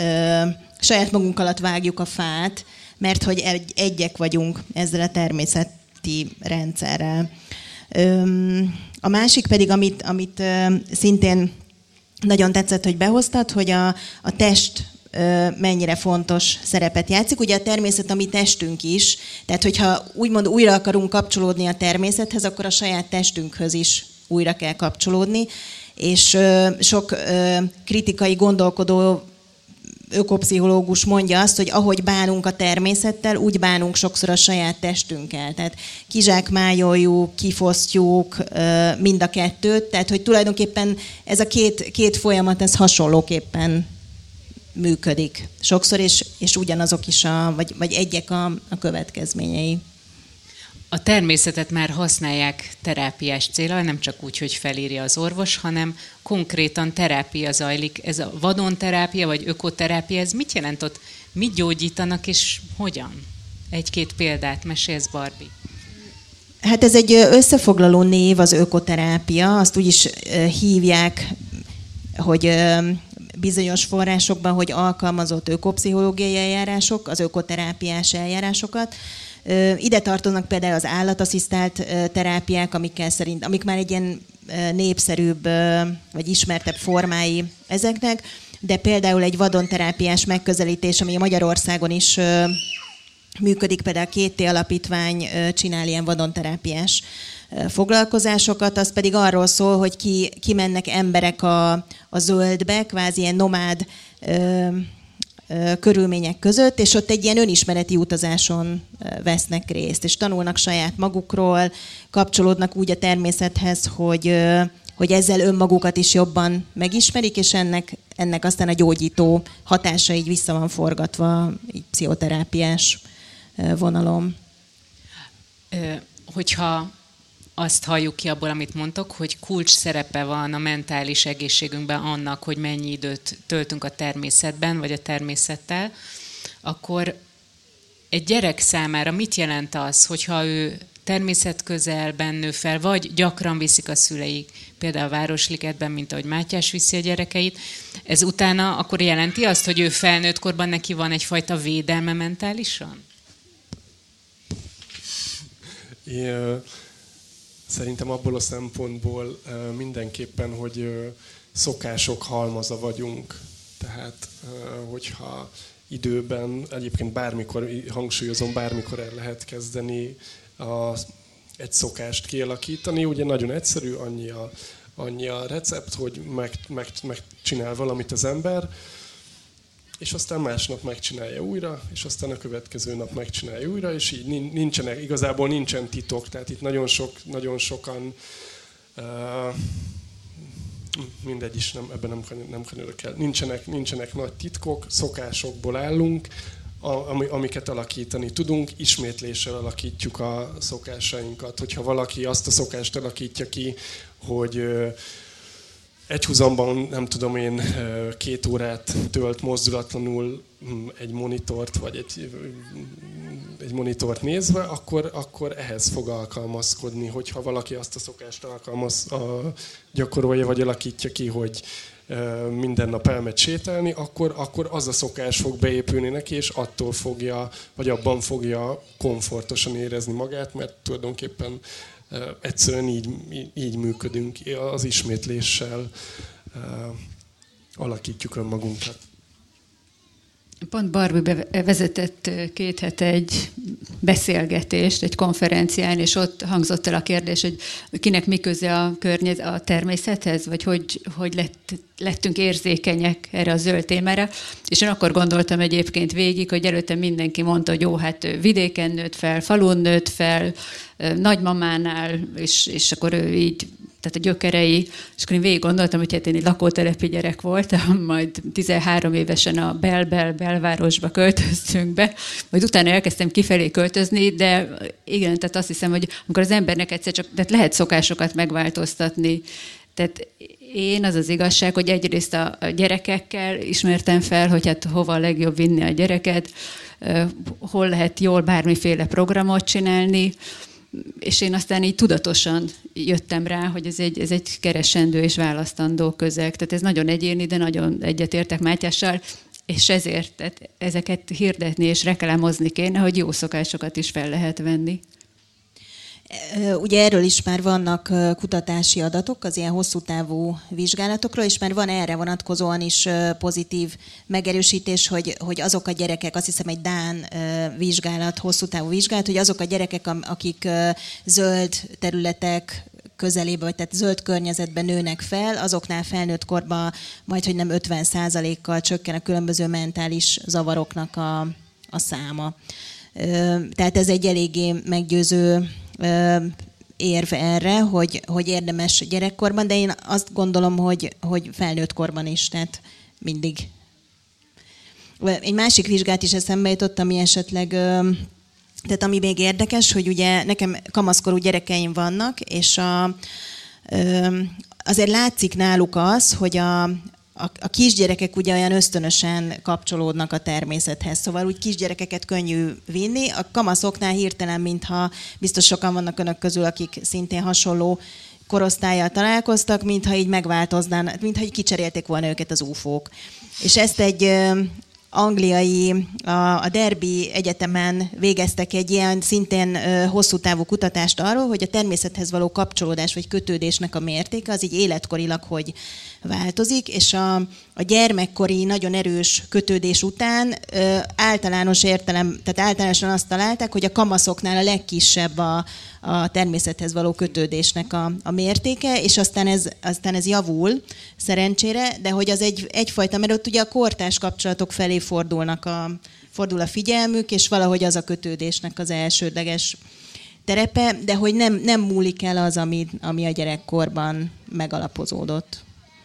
alatt vágjuk a fát, mert hogy egyek vagyunk ezzel a természeti rendszerrel. A másik pedig, amit szintén nagyon tetszett, hogy behoztad, hogy a test mennyire fontos szerepet játszik. Ugye a természet a mi testünk is, tehát hogyha úgymond újra akarunk kapcsolódni a természethez, akkor a saját testünkhöz is újra kell kapcsolódni, és sok kritikai gondolkodó ökopszichológus mondja azt, hogy ahogy bánunk a természettel, úgy bánunk sokszor a saját testünkkel. Tehát kizsákmányoljuk, kifosztjuk mind a kettőt, tehát hogy tulajdonképpen ez a két folyamat, ez hasonlóképpen működik. Sokszor, és ugyanazok is, vagy egyek a következményei. A természetet már használják terápiás célra, nem csak úgy, hogy felírja az orvos, hanem konkrétan terápia zajlik. Ez a vadonterápia vagy ökoterápia, ez mit jelent ott? Mit gyógyítanak és hogyan? Egy-két példát mesélsz, Barbie. Hát ez egy összefoglaló név, az ökoterápia. Azt úgy is hívják, hogy bizonyos forrásokban, hogy alkalmazott ökopszichológiai eljárások, az ökoterápiás eljárásokat. Ide tartoznak például az állatasszisztált terápiák, amik már egy ilyen népszerűbb vagy ismertebb formái ezeknek, de például egy vadonterápiás megközelítés, ami Magyarországon is működik, például a 2T alapítvány csinál ilyen vadonterápiás foglalkozásokat, az pedig arról szól, hogy kimennek emberek a zöldbe, kvázi ilyen nomád körülmények között, és ott egy ilyen önismereti utazáson vesznek részt, és tanulnak saját magukról, kapcsolódnak úgy a természethez, hogy ezzel önmagukat is jobban megismerik, és ennek aztán a gyógyító hatása így vissza van forgatva, így pszichoterápiás vonalon. Hogyha azt halljuk ki abból, amit mondtok, hogy kulcs szerepe van a mentális egészségünkben annak, hogy mennyi időt töltünk a természetben, vagy a természettel, akkor egy gyerek számára mit jelent az, hogyha ő természetközelben nő fel, vagy gyakran viszik a szüleik, például a Városligetben, mint ahogy Mátyás viszi a gyerekeit, ez utána akkor jelenti azt, hogy ő felnőtt korban neki van egyfajta védelme mentálisan? Szerintem abból a szempontból mindenképpen, hogy szokások halmaza vagyunk. Tehát, hogyha időben, egyébként bármikor, hangsúlyozom, bármikor el lehet kezdeni egy szokást kialakítani. Ugye nagyon egyszerű, annyi a recept, hogy megcsinál valamit az ember, és aztán másnap megcsinálja újra, és aztán a következő nap megcsinálja újra, és így igazából nincsen titok, tehát itt nagyon sokan, mindegy is, ebben nem kanyarodok el, nincsenek nagy titkok, szokásokból állunk, amiket alakítani tudunk, ismétléssel alakítjuk a szokásainkat. Hogyha valaki azt a szokást alakítja ki, hogy egyhuzamban, nem tudom én, 2 órát tölt mozdulatlanul egy monitort, vagy egy monitort nézve, akkor ehhez fog alkalmazkodni. Hogyha valaki azt a szokást gyakorolja, vagy alakítja ki, hogy minden nap elmegy sétálni, akkor az a szokás fog beépülni neki, és attól fogja, vagy abban fogja komfortosan érezni magát, mert tulajdonképpen egyszerűen így működünk, az ismétléssel alakítjuk önmagunkat. Pont Barbie vezetett 2 hete egy beszélgetést egy konferencián, és ott hangzott el a kérdés, hogy kinek mi köze a természethez, vagy hogy lettünk érzékenyek erre a zöld témára. És én akkor gondoltam egyébként végig, hogy előtte mindenki mondta, hogy jó, hát vidéken nőtt fel, falun nőtt fel, nagymamánál, és akkor ő így tehát a gyökerei, és akkor én végig gondoltam, hogy hát én egy lakótelepi gyerek voltam, majd 13 évesen a belvárosba költöztünk be, majd utána elkezdtem kifelé költözni, de igen, tehát azt hiszem, hogy amikor az embernek egyszer csak, tehát lehet szokásokat megváltoztatni, tehát én az az igazság, hogy egyrészt a gyerekekkel ismertem fel, hogy hát hova a legjobb vinni a gyereket, hol lehet jól bármiféle programot csinálni, és én aztán így tudatosan jöttem rá, hogy ez egy keresendő és választandó közeg. Tehát ez nagyon egyéni, de nagyon egyetértek Mátyással, és ezért tehát ezeket hirdetni és reklámozni kéne, hogy jó szokásokat is fel lehet venni. Ugye erről is már vannak kutatási adatok, az ilyen hosszú távú vizsgálatokról, és már van erre vonatkozóan is pozitív megerősítés, hogy azok a gyerekek, azt hiszem egy dán vizsgálat, hosszú távú vizsgálat, hogy azok a gyerekek, akik zöld területek közelébe, vagy tehát zöld környezetben nőnek fel, azoknál felnőtt korban majdhogy nem 50%-kal csökken a különböző mentális zavaroknak a száma. Tehát ez egy eléggé meggyőző érv erre, hogy érdemes gyerekkorban, de én azt gondolom, hogy felnőtt korban is, tehát mindig. Egy másik vizsgát is eszembe jutott, ami esetleg, tehát ami még érdekes, hogy ugye nekem kamaszkorú gyerekeim vannak, és azért látszik náluk az, hogy a kisgyerekek ugye olyan ösztönösen kapcsolódnak a természethez, szóval úgy kisgyerekeket könnyű vinni. A kamaszoknál hirtelen, mintha biztos sokan vannak önök közül, akik szintén hasonló korosztállyal találkoztak, mintha így megváltoznának, mintha így kicserélték volna őket az UFO-k. És ezt egy angliai, a Derby Egyetemen végeztek egy ilyen szintén hosszú távú kutatást arról, hogy a természethez való kapcsolódás vagy kötődésnek a mértéke az így életkorilag hogy változik, és a gyermekkori nagyon erős kötődés után általános értelem, tehát általánosan azt találták, hogy a kamaszoknál a legkisebb a természethez való kötődésnek a mértéke, és aztán ez javul szerencsére, de hogy az egyfajta, mert ott ugye a kortárs kapcsolatok felé fordul a figyelmük, és valahogy az a kötődésnek az elsődleges terepe, de hogy nem múlik el az, ami a gyerekkorban megalapozódott.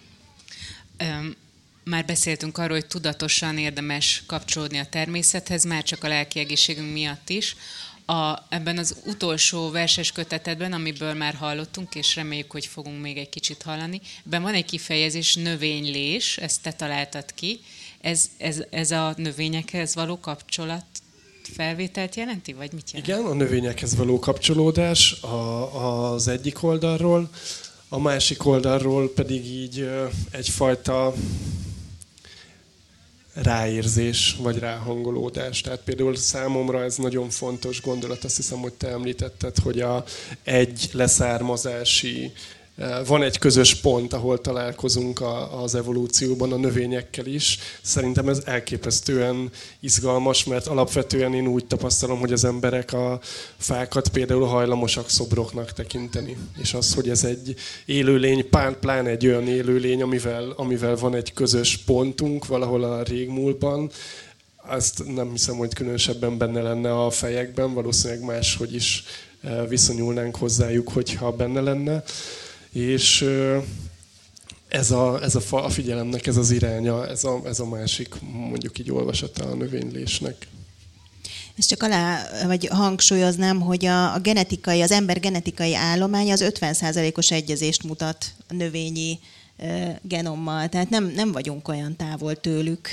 Már beszéltünk arról, hogy tudatosan érdemes kapcsolódni a természethez, már csak a lelki egészségünk miatt is. Ebben az utolsó verses kötetedben, amiből már hallottunk, és reméljük, hogy fogunk még egy kicsit hallani, ebben van egy kifejezés, növénylés, ezt te találtad ki. Ez a növényekhez való kapcsolat felvételt jelenti, vagy mit jelent? Igen, a növényekhez való kapcsolódás az egyik oldalról, a másik oldalról pedig így egyfajta ráérzés, vagy ráhangolódás. Tehát például számomra ez nagyon fontos gondolat, azt hiszem, hogy te említetted, hogy egy leszármazási, van egy közös pont, ahol találkozunk az evolúcióban a növényekkel is. Szerintem ez elképesztően izgalmas, mert alapvetően én úgy tapasztalom, hogy az emberek a fákat például hajlamosak szobroknak tekinteni. És az, hogy ez egy élőlény, pláne egy olyan élőlény, amivel van egy közös pontunk valahol a régmúltban, azt nem hiszem, hogy különösebben benne lenne a fejekben, valószínűleg máshogy is viszonyulnánk hozzájuk, hogyha benne lenne. És ez a figyelemnek ez az iránya, ez a másik, mondjuk így olvasata a növénylésnek. Ezt csak vagy hangsúlyoznám, hogy az ember genetikai állománya az 50%-os egyezést mutat a növényi genommal, tehát nem vagyunk olyan távol tőlük.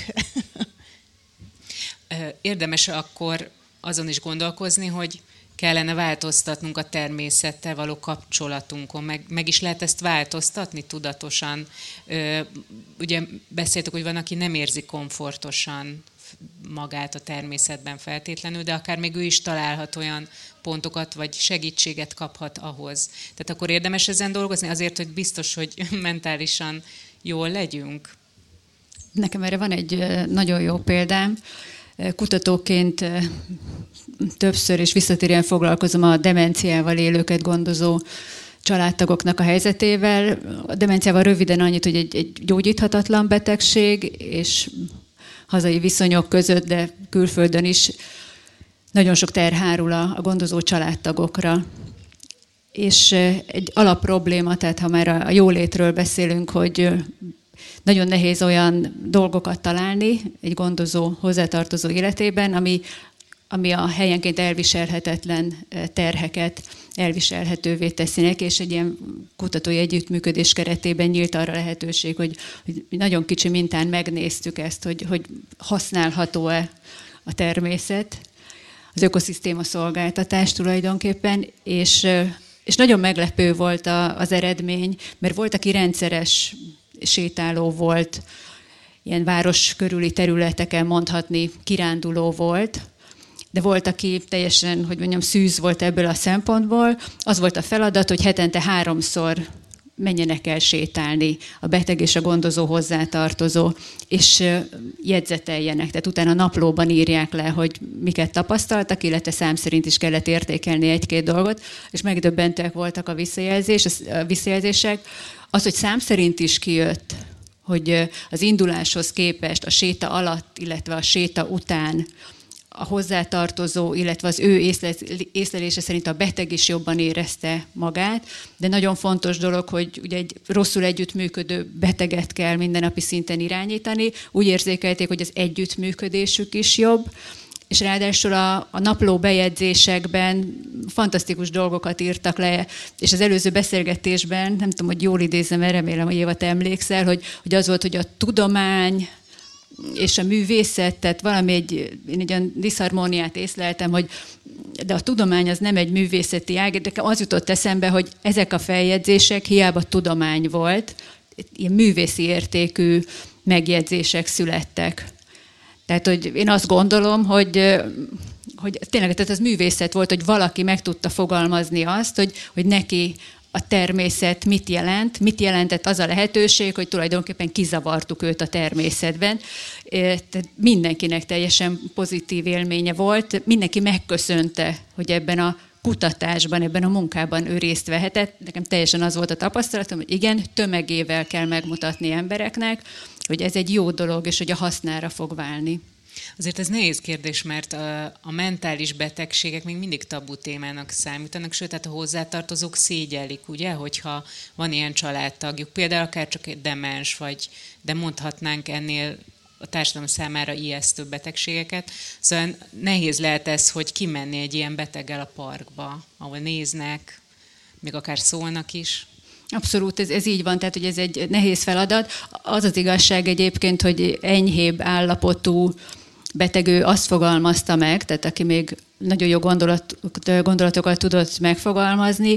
Érdemes akkor azon is gondolkozni, hogy kellene változtatnunk a természettel való kapcsolatunkon. Meg is lehet ezt változtatni tudatosan. Ugye beszéltük, hogy van, aki nem érzi komfortosan magát a természetben feltétlenül, de akár még ő is találhat olyan pontokat, vagy segítséget kaphat ahhoz. Tehát akkor érdemes ezen dolgozni azért, hogy biztos, hogy mentálisan jól legyünk? Nekem erre van egy nagyon jó példám. Kutatóként többször és visszatérően foglalkozom a demenciával élőket gondozó családtagoknak a helyzetével. A demenciával röviden annyit, hogy egy gyógyíthatatlan betegség, és hazai viszonyok között, de külföldön is nagyon sok terh hárul a gondozó családtagokra. És egy alapprobléma, tehát ha már a jólétről beszélünk, hogy nagyon nehéz olyan dolgokat találni egy gondozó, hozzátartozó életében, ami a helyenként elviselhetetlen terheket elviselhetővé teszinek, és egy ilyen kutatói együttműködés keretében nyílt arra lehetőség, hogy nagyon kicsi mintán megnéztük ezt, hogy használható-e a természet, az ökoszisztéma szolgáltatás tulajdonképpen, és nagyon meglepő volt az eredmény, mert volt, aki rendszeres sétáló volt, ilyen város körüli területeken mondhatni kiránduló volt, de volt, aki teljesen, hogy mondjam, szűz volt ebből a szempontból. Az volt a feladat, hogy hetente 3-szor menjenek el sétálni a beteg és a gondozó hozzátartozó, és jegyzeteljenek. Tehát utána naplóban írják le, hogy miket tapasztaltak, illetve szám szerint is kellett értékelni 1-2 dolgot, és megdöbbentőek voltak a visszajelzések. Az, hogy szám szerint is kijött, hogy az induláshoz képest a séta alatt, illetve a séta után a hozzátartozó, illetve az ő észlelése szerint a beteg is jobban érezte magát, de nagyon fontos dolog, hogy ugye egy rosszul együttműködő beteget kell mindennapi szinten irányítani, úgy érzékelték, hogy az együttműködésük is jobb, és ráadásul a napló bejegyzésekben fantasztikus dolgokat írtak le, és az előző beszélgetésben, nem tudom, hogy jól idézem, remélem, hogy Éva, te emlékszel, hogy az volt, hogy a tudomány és a művészet, tehát én egy olyan diszharmóniát észleltem, hogy de a tudomány az nem egy művészeti ág, de az jutott eszembe, hogy ezek a feljegyzések hiába tudomány volt, ilyen művészi értékű megjegyzések születtek. Tehát, hogy én azt gondolom, hogy tényleg tehát az művészet volt, hogy valaki meg tudta fogalmazni azt, hogy neki a természet mit jelentett az a lehetőség, hogy tulajdonképpen kizavartuk őt a természetben. Tehát mindenkinek teljesen pozitív élménye volt, mindenki megköszönte, hogy ebben a kutatásban, ebben a munkában ő részt vehetett. Nekem teljesen az volt a tapasztalatom, hogy igen, tömegével kell megmutatni embereknek, hogy ez egy jó dolog, és hogy a hasznára fog válni. Azért ez nehéz kérdés, mert a mentális betegségek még mindig tabu témának számítanak, sőt, tehát a hozzátartozók szégyellik, ugye, hogyha van ilyen családtagjuk, például akár csak egy demens, de mondhatnánk ennél a társadalom számára ijesztő betegségeket. Szóval nehéz lehet ez, hogy kimenni egy ilyen beteggel a parkba, ahol néznek, még akár szólnak is. Abszolút, ez így van, tehát hogy ez egy nehéz feladat. Az az igazság egyébként, hogy enyhébb állapotú beteg, ő azt fogalmazta meg, tehát aki még nagyon jó gondolatokat tudott megfogalmazni,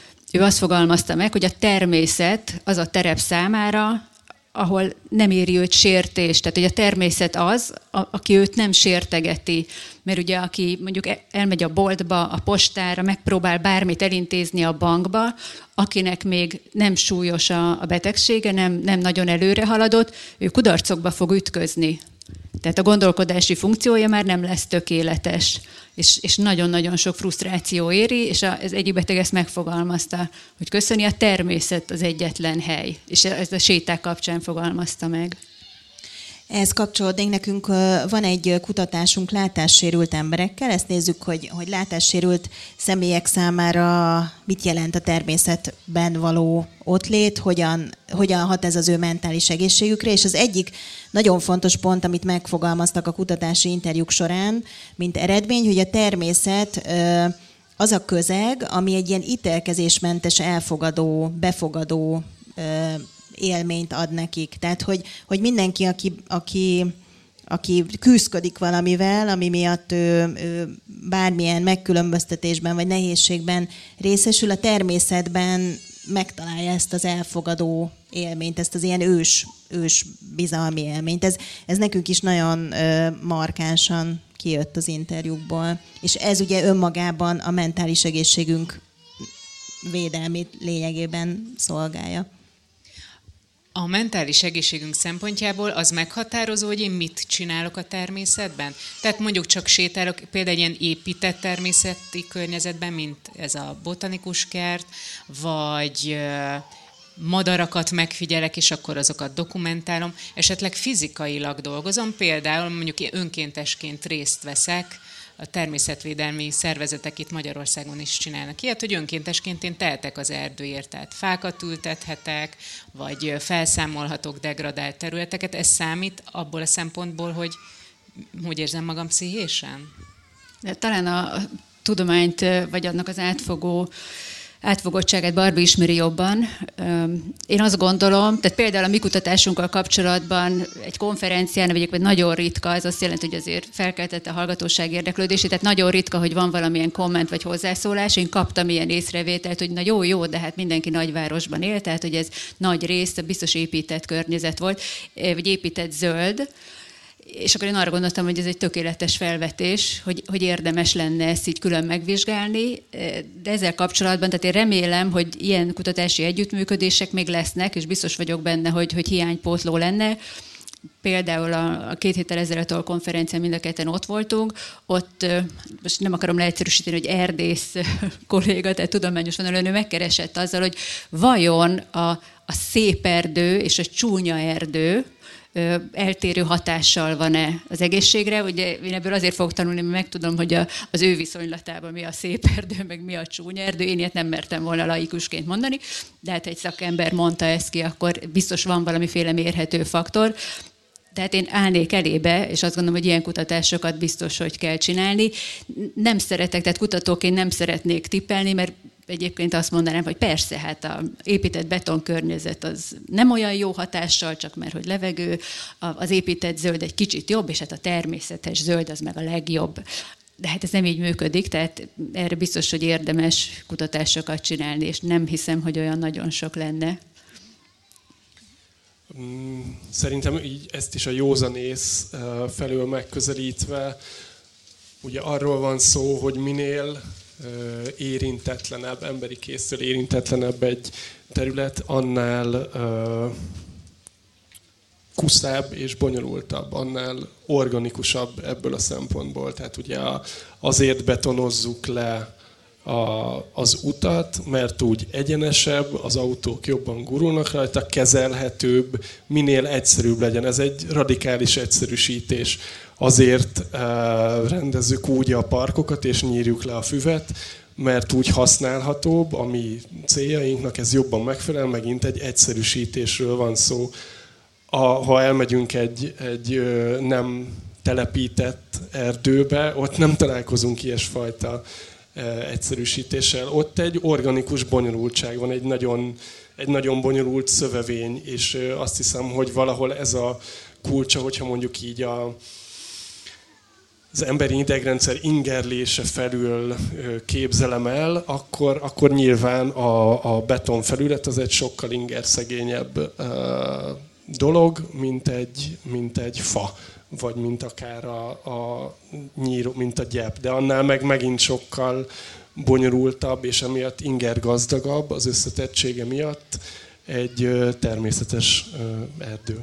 ő azt fogalmazta meg, hogy a természet az a terep számára, ahol nem éri őt sértés. Tehát, hogy a természet az, aki őt nem sértegeti. Mert ugye, aki mondjuk elmegy a boltba, a postára, megpróbál bármit elintézni a bankba, akinek még nem súlyos a betegsége, nem nagyon előre haladott, ő kudarcokba fog ütközni. Tehát a gondolkodási funkciója már nem lesz tökéletes, és nagyon-nagyon sok frusztráció éri, és az egyik beteg ezt megfogalmazta, hogy köszöni, a természet az egyetlen hely, és ezt a séták kapcsán fogalmazta meg. Ehhez kapcsolódnék, nekünk van egy kutatásunk látássérült emberekkel, ezt nézzük, hogy látássérült személyek számára mit jelent a természetben való ottlét, hogyan hat ez az ő mentális egészségükre, és az egyik nagyon fontos pont, amit megfogalmaztak a kutatási interjúk során, mint eredmény, hogy a természet az a közeg, ami egy ilyen ítélkezésmentes, elfogadó, befogadó élményt ad nekik. Tehát, hogy mindenki, aki küszködik valamivel, ami miatt ő bármilyen megkülönböztetésben vagy nehézségben részesül, a természetben megtalálja ezt az elfogadó élményt, ezt az ilyen ős bizalmi élményt. Ez nekünk is nagyon markánsan kijött az interjúkból. És ez ugye önmagában a mentális egészségünk védelmét lényegében szolgálja. A mentális egészségünk szempontjából az meghatározó, hogy én mit csinálok a természetben? Tehát mondjuk csak sétálok, például egy ilyen épített természeti környezetben, mint ez a botanikus kert, vagy madarakat megfigyelek, és akkor azokat dokumentálom. Esetleg fizikailag dolgozom, például mondjuk önkéntesként részt veszek a természetvédelmi szervezetek itt Magyarországon is csinálnak ilyet, hogy önkéntesként én tehetek az erdőért, tehát fákat ültethetek, vagy felszámolhatok degradált területeket. Ez számít abból a szempontból, hogy érzem magam pszichésen? De talán a tudományt, vagy annak az átfogottságát Barbie ismeri jobban. Én azt gondolom, tehát például a mi kutatásunkkal kapcsolatban egy konferencián, vagy nagyon ritka, ez azt jelenti, hogy azért felkeltette a hallgatóság érdeklődését, tehát nagyon ritka, hogy van valamilyen komment vagy hozzászólás. Én kaptam ilyen észrevételt, hogy na jó, de hát mindenki nagyvárosban él, tehát hogy ez nagy rész, biztos épített környezet volt, vagy épített zöld. És akkor én arra gondoltam, hogy ez egy tökéletes felvetés, hogy érdemes lenne ezt így külön megvizsgálni, de ezzel kapcsolatban, tehát én remélem, hogy ilyen kutatási együttműködések még lesznek, és biztos vagyok benne, hogy hiánypótló lenne. Például a 2 héttel ezelőtt a konferencián mind a ketten ott voltunk, ott most nem akarom leegyszerűsíteni, hogy erdész kolléga, tehát tudományos vonalon megkeresett azzal, hogy vajon a szép erdő és a csúnya erdő eltérő hatással van-e az egészségre. Ugye én ebből azért fogok tanulni, mert megtudom, hogy az ő viszonylatában mi a szép erdő, meg mi a csúnya erdő. Én ilyet nem mertem volna laikusként mondani, de hát egy szakember mondta ezt ki, akkor biztos van valamiféle mérhető faktor. Tehát én állnék elébe, és azt gondolom, hogy ilyen kutatásokat biztos, hogy kell csinálni. Nem szeretek, tehát kutatóként nem szeretnék tippelni, mert egyébként azt mondanám, hogy persze, hát az épített betonkörnyezet az nem olyan jó hatással, csak mert hogy levegő, az épített zöld egy kicsit jobb, és hát a természetes zöld az meg a legjobb. De hát ez nem így működik, tehát erre biztos, hogy érdemes kutatásokat csinálni, és nem hiszem, hogy olyan nagyon sok lenne. Szerintem így ezt is a józanész felől megközelítve, ugye arról van szó, hogy minél érintetlenebb, emberi kéztől érintetlenebb egy terület, annál kuszább és bonyolultabb, annál organikusabb ebből a szempontból. Tehát ugye azért betonozzuk le az utat, mert úgy egyenesebb, az autók jobban gurulnak rajta, kezelhetőbb, minél egyszerűbb legyen. Ez egy radikális egyszerűsítés. Azért rendezzük úgy a parkokat, és nyírjuk le a füvet, mert úgy használhatóbb, a mi céljainknak ez jobban megfelel, megint egy egyszerűsítésről van szó. Ha elmegyünk egy nem telepített erdőbe, ott nem találkozunk ilyesfajta egyszerűsítéssel. Ott egy organikus bonyolultság van, egy nagyon bonyolult szövevény, és azt hiszem, hogy valahol ez a kulcsa, hogyha mondjuk így az emberi idegrendszer ingerlése felül képzelem el, akkor nyilván a betonfelület az egy sokkal ingerszegényebb dolog, mint egy fa, vagy mint akár a nyíró, mint a gyep. De annál megint sokkal bonyolultabb, és emiatt ingergazdagabb az összetettsége miatt egy természetes erdő.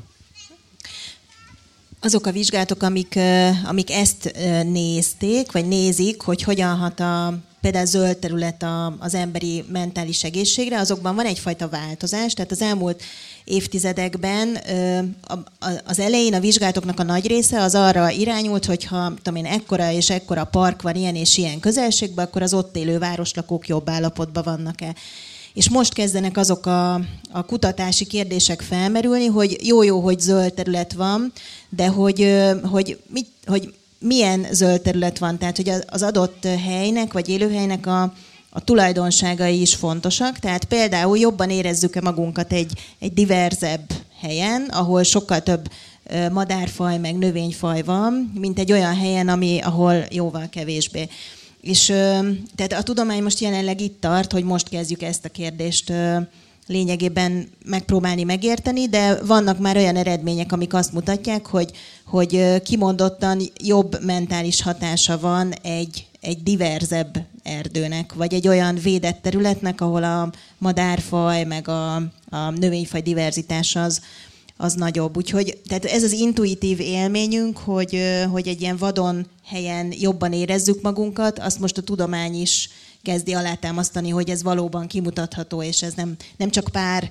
Azok a vizsgálatok, amik ezt nézték, vagy nézik, hogy hogyan hat például zöld terület az emberi mentális egészségre, azokban van egyfajta változás. Tehát az elmúlt évtizedekben az elején a vizsgálatoknak a nagy része az arra irányult, hogy ha ekkora és ekkora park van ilyen és ilyen közelségben, akkor az ott élő városlakók jobb állapotban vannak-e. És most kezdenek azok a kutatási kérdések felmerülni, hogy jó, hogy zöld terület van, de hogy milyen zöld terület van, tehát hogy az adott helynek vagy élőhelynek a tulajdonságai is fontosak. Tehát például jobban érezzük-e magunkat egy diverzebb helyen, ahol sokkal több madárfaj meg növényfaj van, mint egy olyan helyen, ahol jóval kevésbé. És tehát a tudomány most jelenleg itt tart, hogy most kezdjük ezt a kérdést lényegében megpróbálni megérteni, de vannak már olyan eredmények, amik azt mutatják, hogy kimondottan jobb mentális hatása van egy diverzebb erdőnek, vagy egy olyan védett területnek, ahol a madárfaj meg a növényfaj diverzitás az nagyobb. Úgyhogy tehát ez az intuitív élményünk, hogy egy ilyen vadon helyen jobban érezzük magunkat, azt most a tudomány is kezdi alátámasztani, hogy ez valóban kimutatható, és ez nem csak pár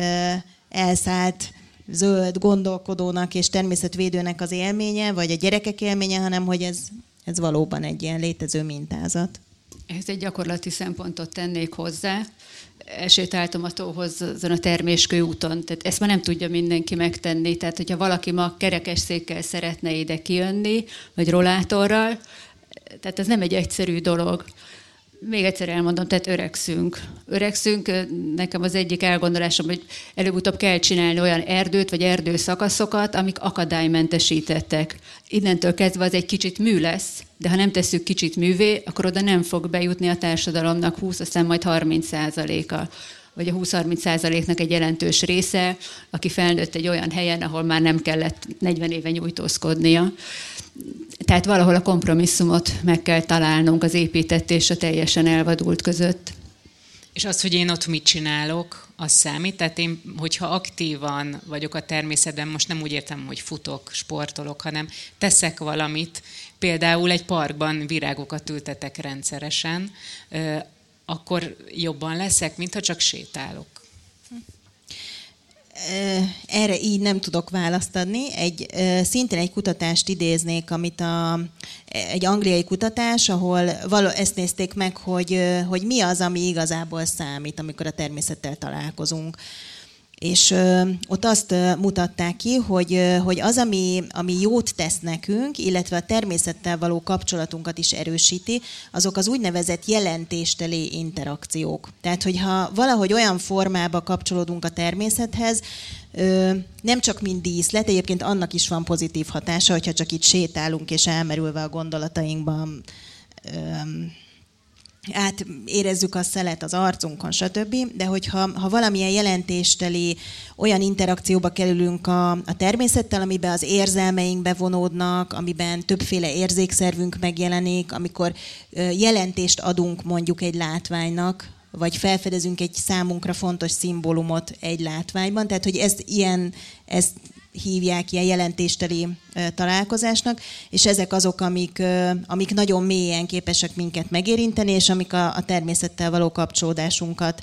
elszállt zöld gondolkodónak és természetvédőnek az élménye, vagy a gyerekek élménye, hanem hogy ez ez valóban egy ilyen létező mintázat. Ehhez egy gyakorlati szempontot tennék hozzá. Elsétáltam a tóhoz azon a Terméskő úton, tehát ezt már nem tudja mindenki megtenni. Tehát, hogyha valaki ma kerekesszékkel szeretne ide kijönni, vagy rollátorral, tehát ez nem egy egyszerű dolog. Még egyszer elmondom, tehát öregszünk. Nekem az egyik elgondolásom, hogy előbb-utóbb kell csinálni olyan erdőt, vagy erdőszakaszokat, amik akadálymentesítettek. Innentől kezdve az egy kicsit mű lesz, de ha nem tesszük kicsit művé, akkor oda nem fog bejutni a társadalomnak 20, aztán majd 30%-a. Vagy a 20-30%-nak egy jelentős része, aki felnőtt egy olyan helyen, ahol már nem kellett 40 éve nyújtózkodnia. Tehát valahol a kompromisszumot meg kell találnunk az épített és a teljesen elvadult között. És az, hogy én ott mit csinálok, az számít? Tehát én, hogyha aktívan vagyok a természetben, most nem úgy értem, hogy futok, sportolok, hanem teszek valamit, például egy parkban virágokat ültetek rendszeresen, akkor jobban leszek, mintha csak sétálok. Erre így nem tudok választ adni. Szintén egy kutatást idéznék, amit egy angliai kutatás, ahol ezt nézték meg, hogy mi az, ami igazából számít, amikor a természettel találkozunk. És ott azt mutatták ki, hogy az, ami jót tesz nekünk, illetve a természettel való kapcsolatunkat is erősíti, azok az úgynevezett jelentésteli interakciók. Tehát, hogyha valahogy olyan formába kapcsolódunk a természethez, nem csak mint díszlet, egyébként annak is van pozitív hatása, hogyha csak itt sétálunk és elmerülve a gondolatainkban átérezzük a szelet az arcunkon, stb. De hogyha valamilyen jelentésteli olyan interakcióba kerülünk a természettel, amiben az érzelmeink bevonódnak, amiben többféle érzékszervünk megjelenik, amikor jelentést adunk mondjuk egy látványnak, vagy felfedezünk egy számunkra fontos szimbólumot egy látványban, tehát hogy ezt hívják ilyen jelentésteli találkozásnak, és ezek azok, amik nagyon mélyen képesek minket megérinteni, és amik a természettel való kapcsolódásunkat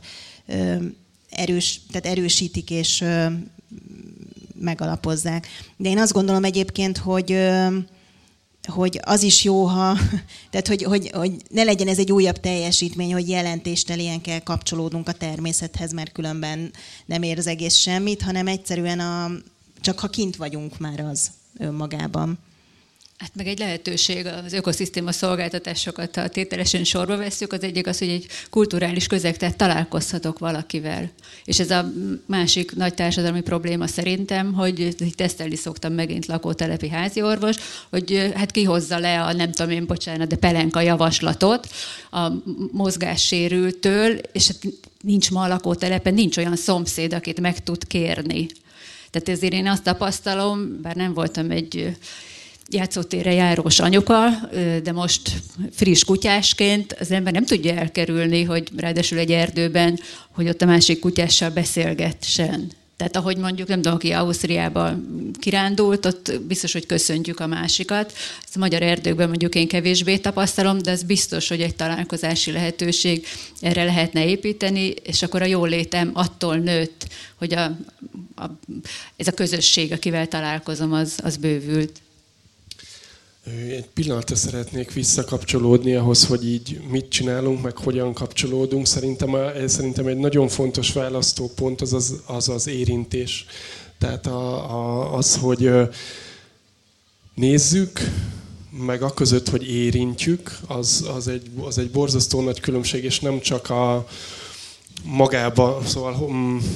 erősítik és megalapozzák. De én azt gondolom egyébként, hogy az is jó, tehát hogy ne legyen ez egy újabb teljesítmény, hogy jelentéstelien kell kapcsolódnunk a természethez, mert különben nem ér az egész semmit, hanem egyszerűen csak ha kint vagyunk már az önmagában. Hát meg egy lehetőség, az ökoszisztéma szolgáltatásokat, ha tételesen sorba vesszük, az egyik az, hogy egy kulturális közeg, tehát találkozhatok valakivel. És ez a másik nagy társadalmi probléma szerintem, hogy tesztelni szoktam megint lakótelepi háziorvos, hogy hát kihozza le a nem tudom én, bocsánat, de pelenka javaslatot a mozgássérültől, és hát nincs ma a lakótelepen, nincs olyan szomszéd, akit meg tud kérni. Tehát ezért én azt tapasztalom, bár nem voltam egy játszótérre járós anyuka, de most friss kutyásként az ember nem tudja elkerülni, hogy ráadásul egy erdőben, hogy ott a másik kutyással beszélgessen. Tehát ahogy mondjuk, nem tudom, aki Ausztriában kirándult, ott biztos, hogy köszöntjük a másikat. Ezt a magyar erdőkben mondjuk én kevésbé tapasztalom, de ez biztos, hogy egy találkozási lehetőség erre lehetne építeni, és akkor a jólétem attól nőtt, hogy ez a közösség, akivel találkozom, az bővült. Egy pillanatra szeretnék visszakapcsolódni ahhoz, hogy így mit csinálunk, meg hogyan kapcsolódunk. Szerintem egy nagyon fontos választópont az érintés. Tehát az, hogy nézzük, meg aközött, hogy érintjük, az egy borzasztó nagy különbség, és nem csak a magába, szóval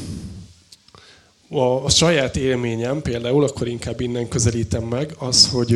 a saját élményem például, akkor inkább innen közelítem meg, az, hogy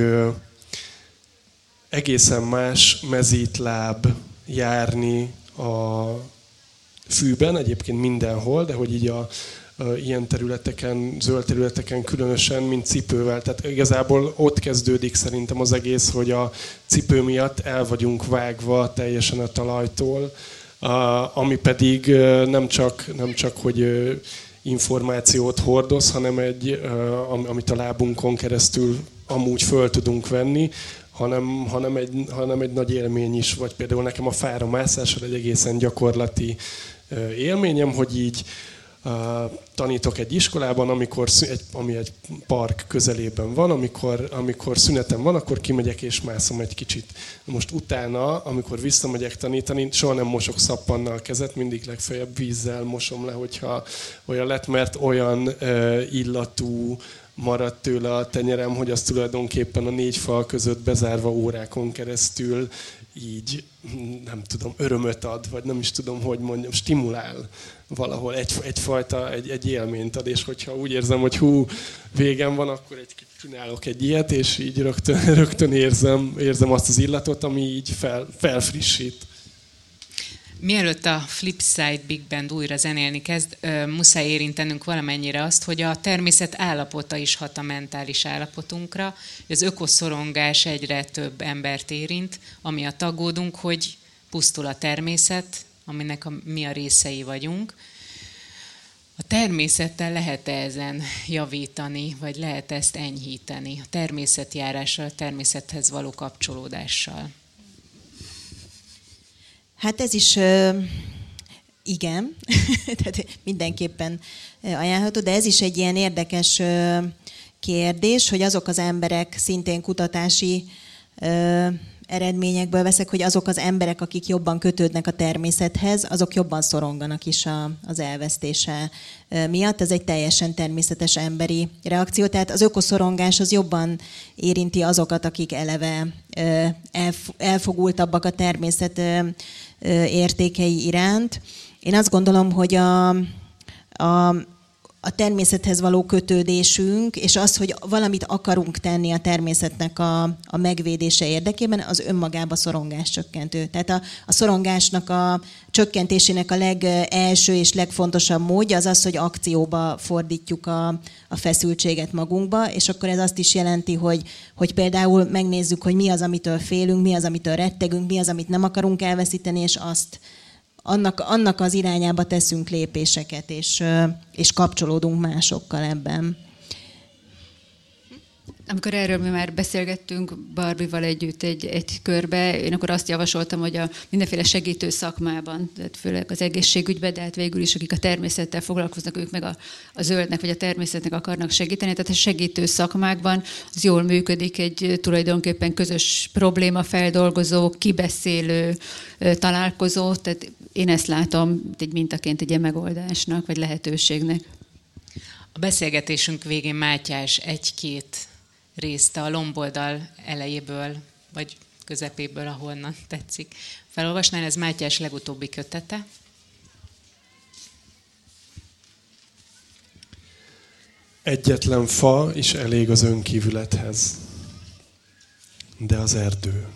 egészen más mezítláb járni a fűben, egyébként mindenhol, de hogy így ilyen területeken, zöld területeken különösen, mint cipővel. Tehát igazából ott kezdődik szerintem az egész, hogy a cipő miatt el vagyunk vágva teljesen a talajtól, ami pedig nem csak hogy információt hordoz, hanem amit a lábunkon keresztül amúgy föl tudunk venni, hanem egy nagy élmény is, vagy például nekem a fára mászással egy egészen gyakorlati élményem, hogy így tanítok egy iskolában, ami egy park közelében van, amikor szünetem van, akkor kimegyek és mászom egy kicsit. Most utána, amikor visszamegyek tanítani, soha nem mosok szappannal a kezet, mindig legfeljebb vízzel mosom le, hogyha olyan lett, mert olyan illatú maradt tőle a tenyerem, hogy az tulajdonképpen a 4 fal között bezárva órákon keresztül így, nem tudom, örömöt ad, vagy nem is tudom, hogy mondjam, stimulál valahol, egy élményt ad, és hogyha úgy érzem, hogy végem van, akkor csinálok egy ilyet, és így rögtön érzem azt az illatot, ami így felfrissít. Mielőtt a Flipside Big Band újra zenélni kezd, muszáj érintenünk valamennyire azt, hogy a természet állapota is hat a mentális állapotunkra. Az ökoszorongás egyre több embert érint, amiatt aggódunk, hogy pusztul a természet, aminek mi a részei vagyunk. A természettel lehet ezen javítani, vagy lehet ezt enyhíteni? A természetjárással, a természethez való kapcsolódással. Hát ez is igen, tehát mindenképpen ajánlható, de ez is egy ilyen érdekes kérdés, hogy azok az emberek, szintén kutatási eredményekből veszek, hogy azok az emberek, akik jobban kötődnek a természethez, azok jobban szoronganak is az elvesztése miatt. Ez egy teljesen természetes emberi reakció. Tehát az ökoszorongás az jobban érinti azokat, akik eleve elfogultabbak a természet értékei iránt. Én azt gondolom, hogy a természethez való kötődésünk, és az, hogy valamit akarunk tenni a természetnek a megvédése érdekében, az önmagában szorongás csökkentő. Tehát a szorongásnak a csökkentésének a legelső és legfontosabb módja az az, hogy akcióba fordítjuk a feszültséget magunkba, és akkor ez azt is jelenti, hogy például megnézzük, hogy mi az, amitől félünk, mi az, amitől rettegünk, mi az, amit nem akarunk elveszíteni, és annak az irányába teszünk lépéseket, és kapcsolódunk másokkal ebben. Amikor erről mi már beszélgettünk Barbival együtt egy körbe, én akkor azt javasoltam, hogy a mindenféle segítő szakmában, tehát főleg az egészségügyben, de hát végül is, akik a természettel foglalkoznak, ők meg a zöldnek vagy a természetnek akarnak segíteni. Tehát a segítő szakmákban az jól működik egy tulajdonképpen közös problémafeldolgozó, kibeszélő találkozó. Tehát én ezt látom egy mintaként egy ilyen megoldásnak, vagy lehetőségnek. A beszélgetésünk végén Mátyás egy-két részt a lomboldal elejéből, vagy közepéből, ahonnan tetszik felolvasnál. Ez Mátyás legutóbbi kötete. Egyetlen fa is elég az önkívülethez, de az erdő.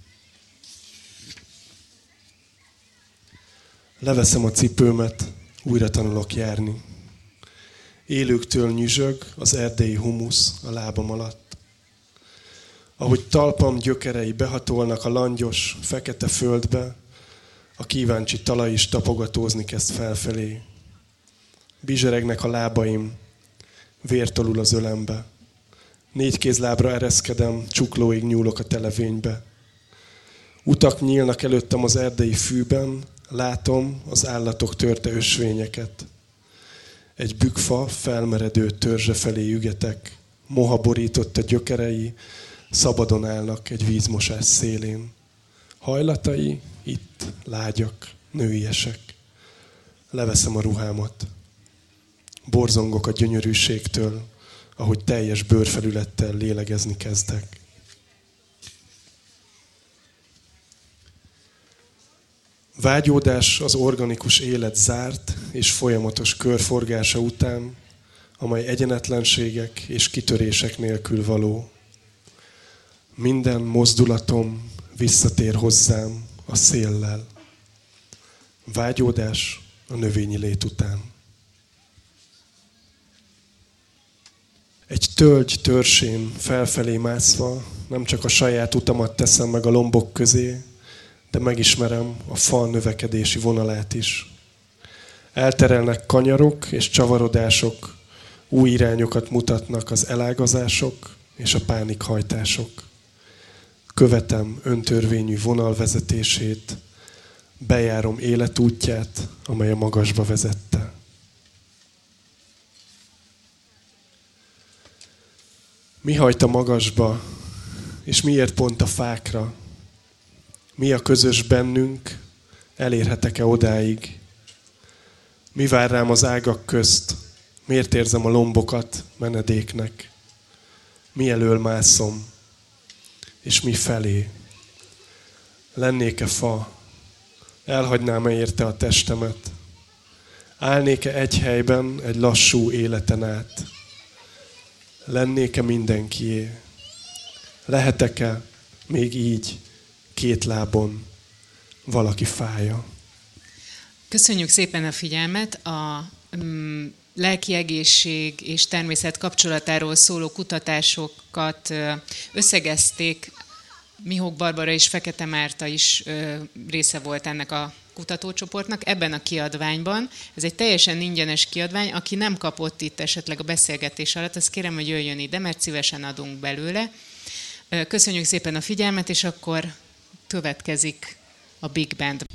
Leveszem a cipőmet, újra tanulok járni. Élőktől nyüzsög az erdei humusz a lábam alatt. Ahogy talpam gyökerei behatolnak a langyos, fekete földbe, a kíváncsi talaj is tapogatózni kezd felfelé. Bizseregnek a lábaim, vér tolul az ölembe. 4 kézlábra ereszkedem, csuklóig nyúlok a televénybe. Utak nyílnak előttem az erdei fűben, látom az állatok törte ösvényeket. Egy bükkfa felmeredő törzse felé ügetek, moha borított a gyökerei, szabadon állnak egy vízmosás szélén. Hajlatai itt lágyak, nőiesek. Leveszem a ruhámat. Borzongok a gyönyörűségtől, ahogy teljes bőrfelülettel lélegezni kezdek. Vágyódás az organikus élet zárt és folyamatos körforgása után, amely egyenetlenségek és kitörések nélkül való. Minden mozdulatom visszatér hozzám a széllel. Vágyódás a növényi lét után. Egy tölgy törsén felfelé mászva nem csak a saját utamat teszem meg a lombok közé, de megismerem a fa növekedési vonalát is. Elterelnek kanyarok és csavarodások, új irányokat mutatnak az elágazások és a pánikhajtások. Követem öntörvényű vonalvezetését, bejárom életútját, amely a magasba vezette. Mi hajt a magasba, és miért pont a fákra? Mi a közös bennünk, elérhetek-e odáig? Mi vár rám az ágak közt? Miért érzem a lombokat menedéknek? Mi elől mászom? És mi felé? Lennék-e fa? Elhagynám-e érte a testemet? Állnék-e egy helyben egy lassú életen át? Lennék-e mindenkié? Lehetek-e még így két lábon valaki fája? Köszönjük szépen a figyelmet. A lelki egészség és természet kapcsolatáról szóló kutatásokat összegezték. Mihók Barbara és Fekete Márta is része volt ennek a kutatócsoportnak ebben a kiadványban. Ez egy teljesen ingyenes kiadvány, aki nem kapott itt esetleg a beszélgetés alatt, azt kérem, hogy jöjjön ide, mert szívesen adunk belőle. Köszönjük szépen a figyelmet, és akkor következik a Big Band.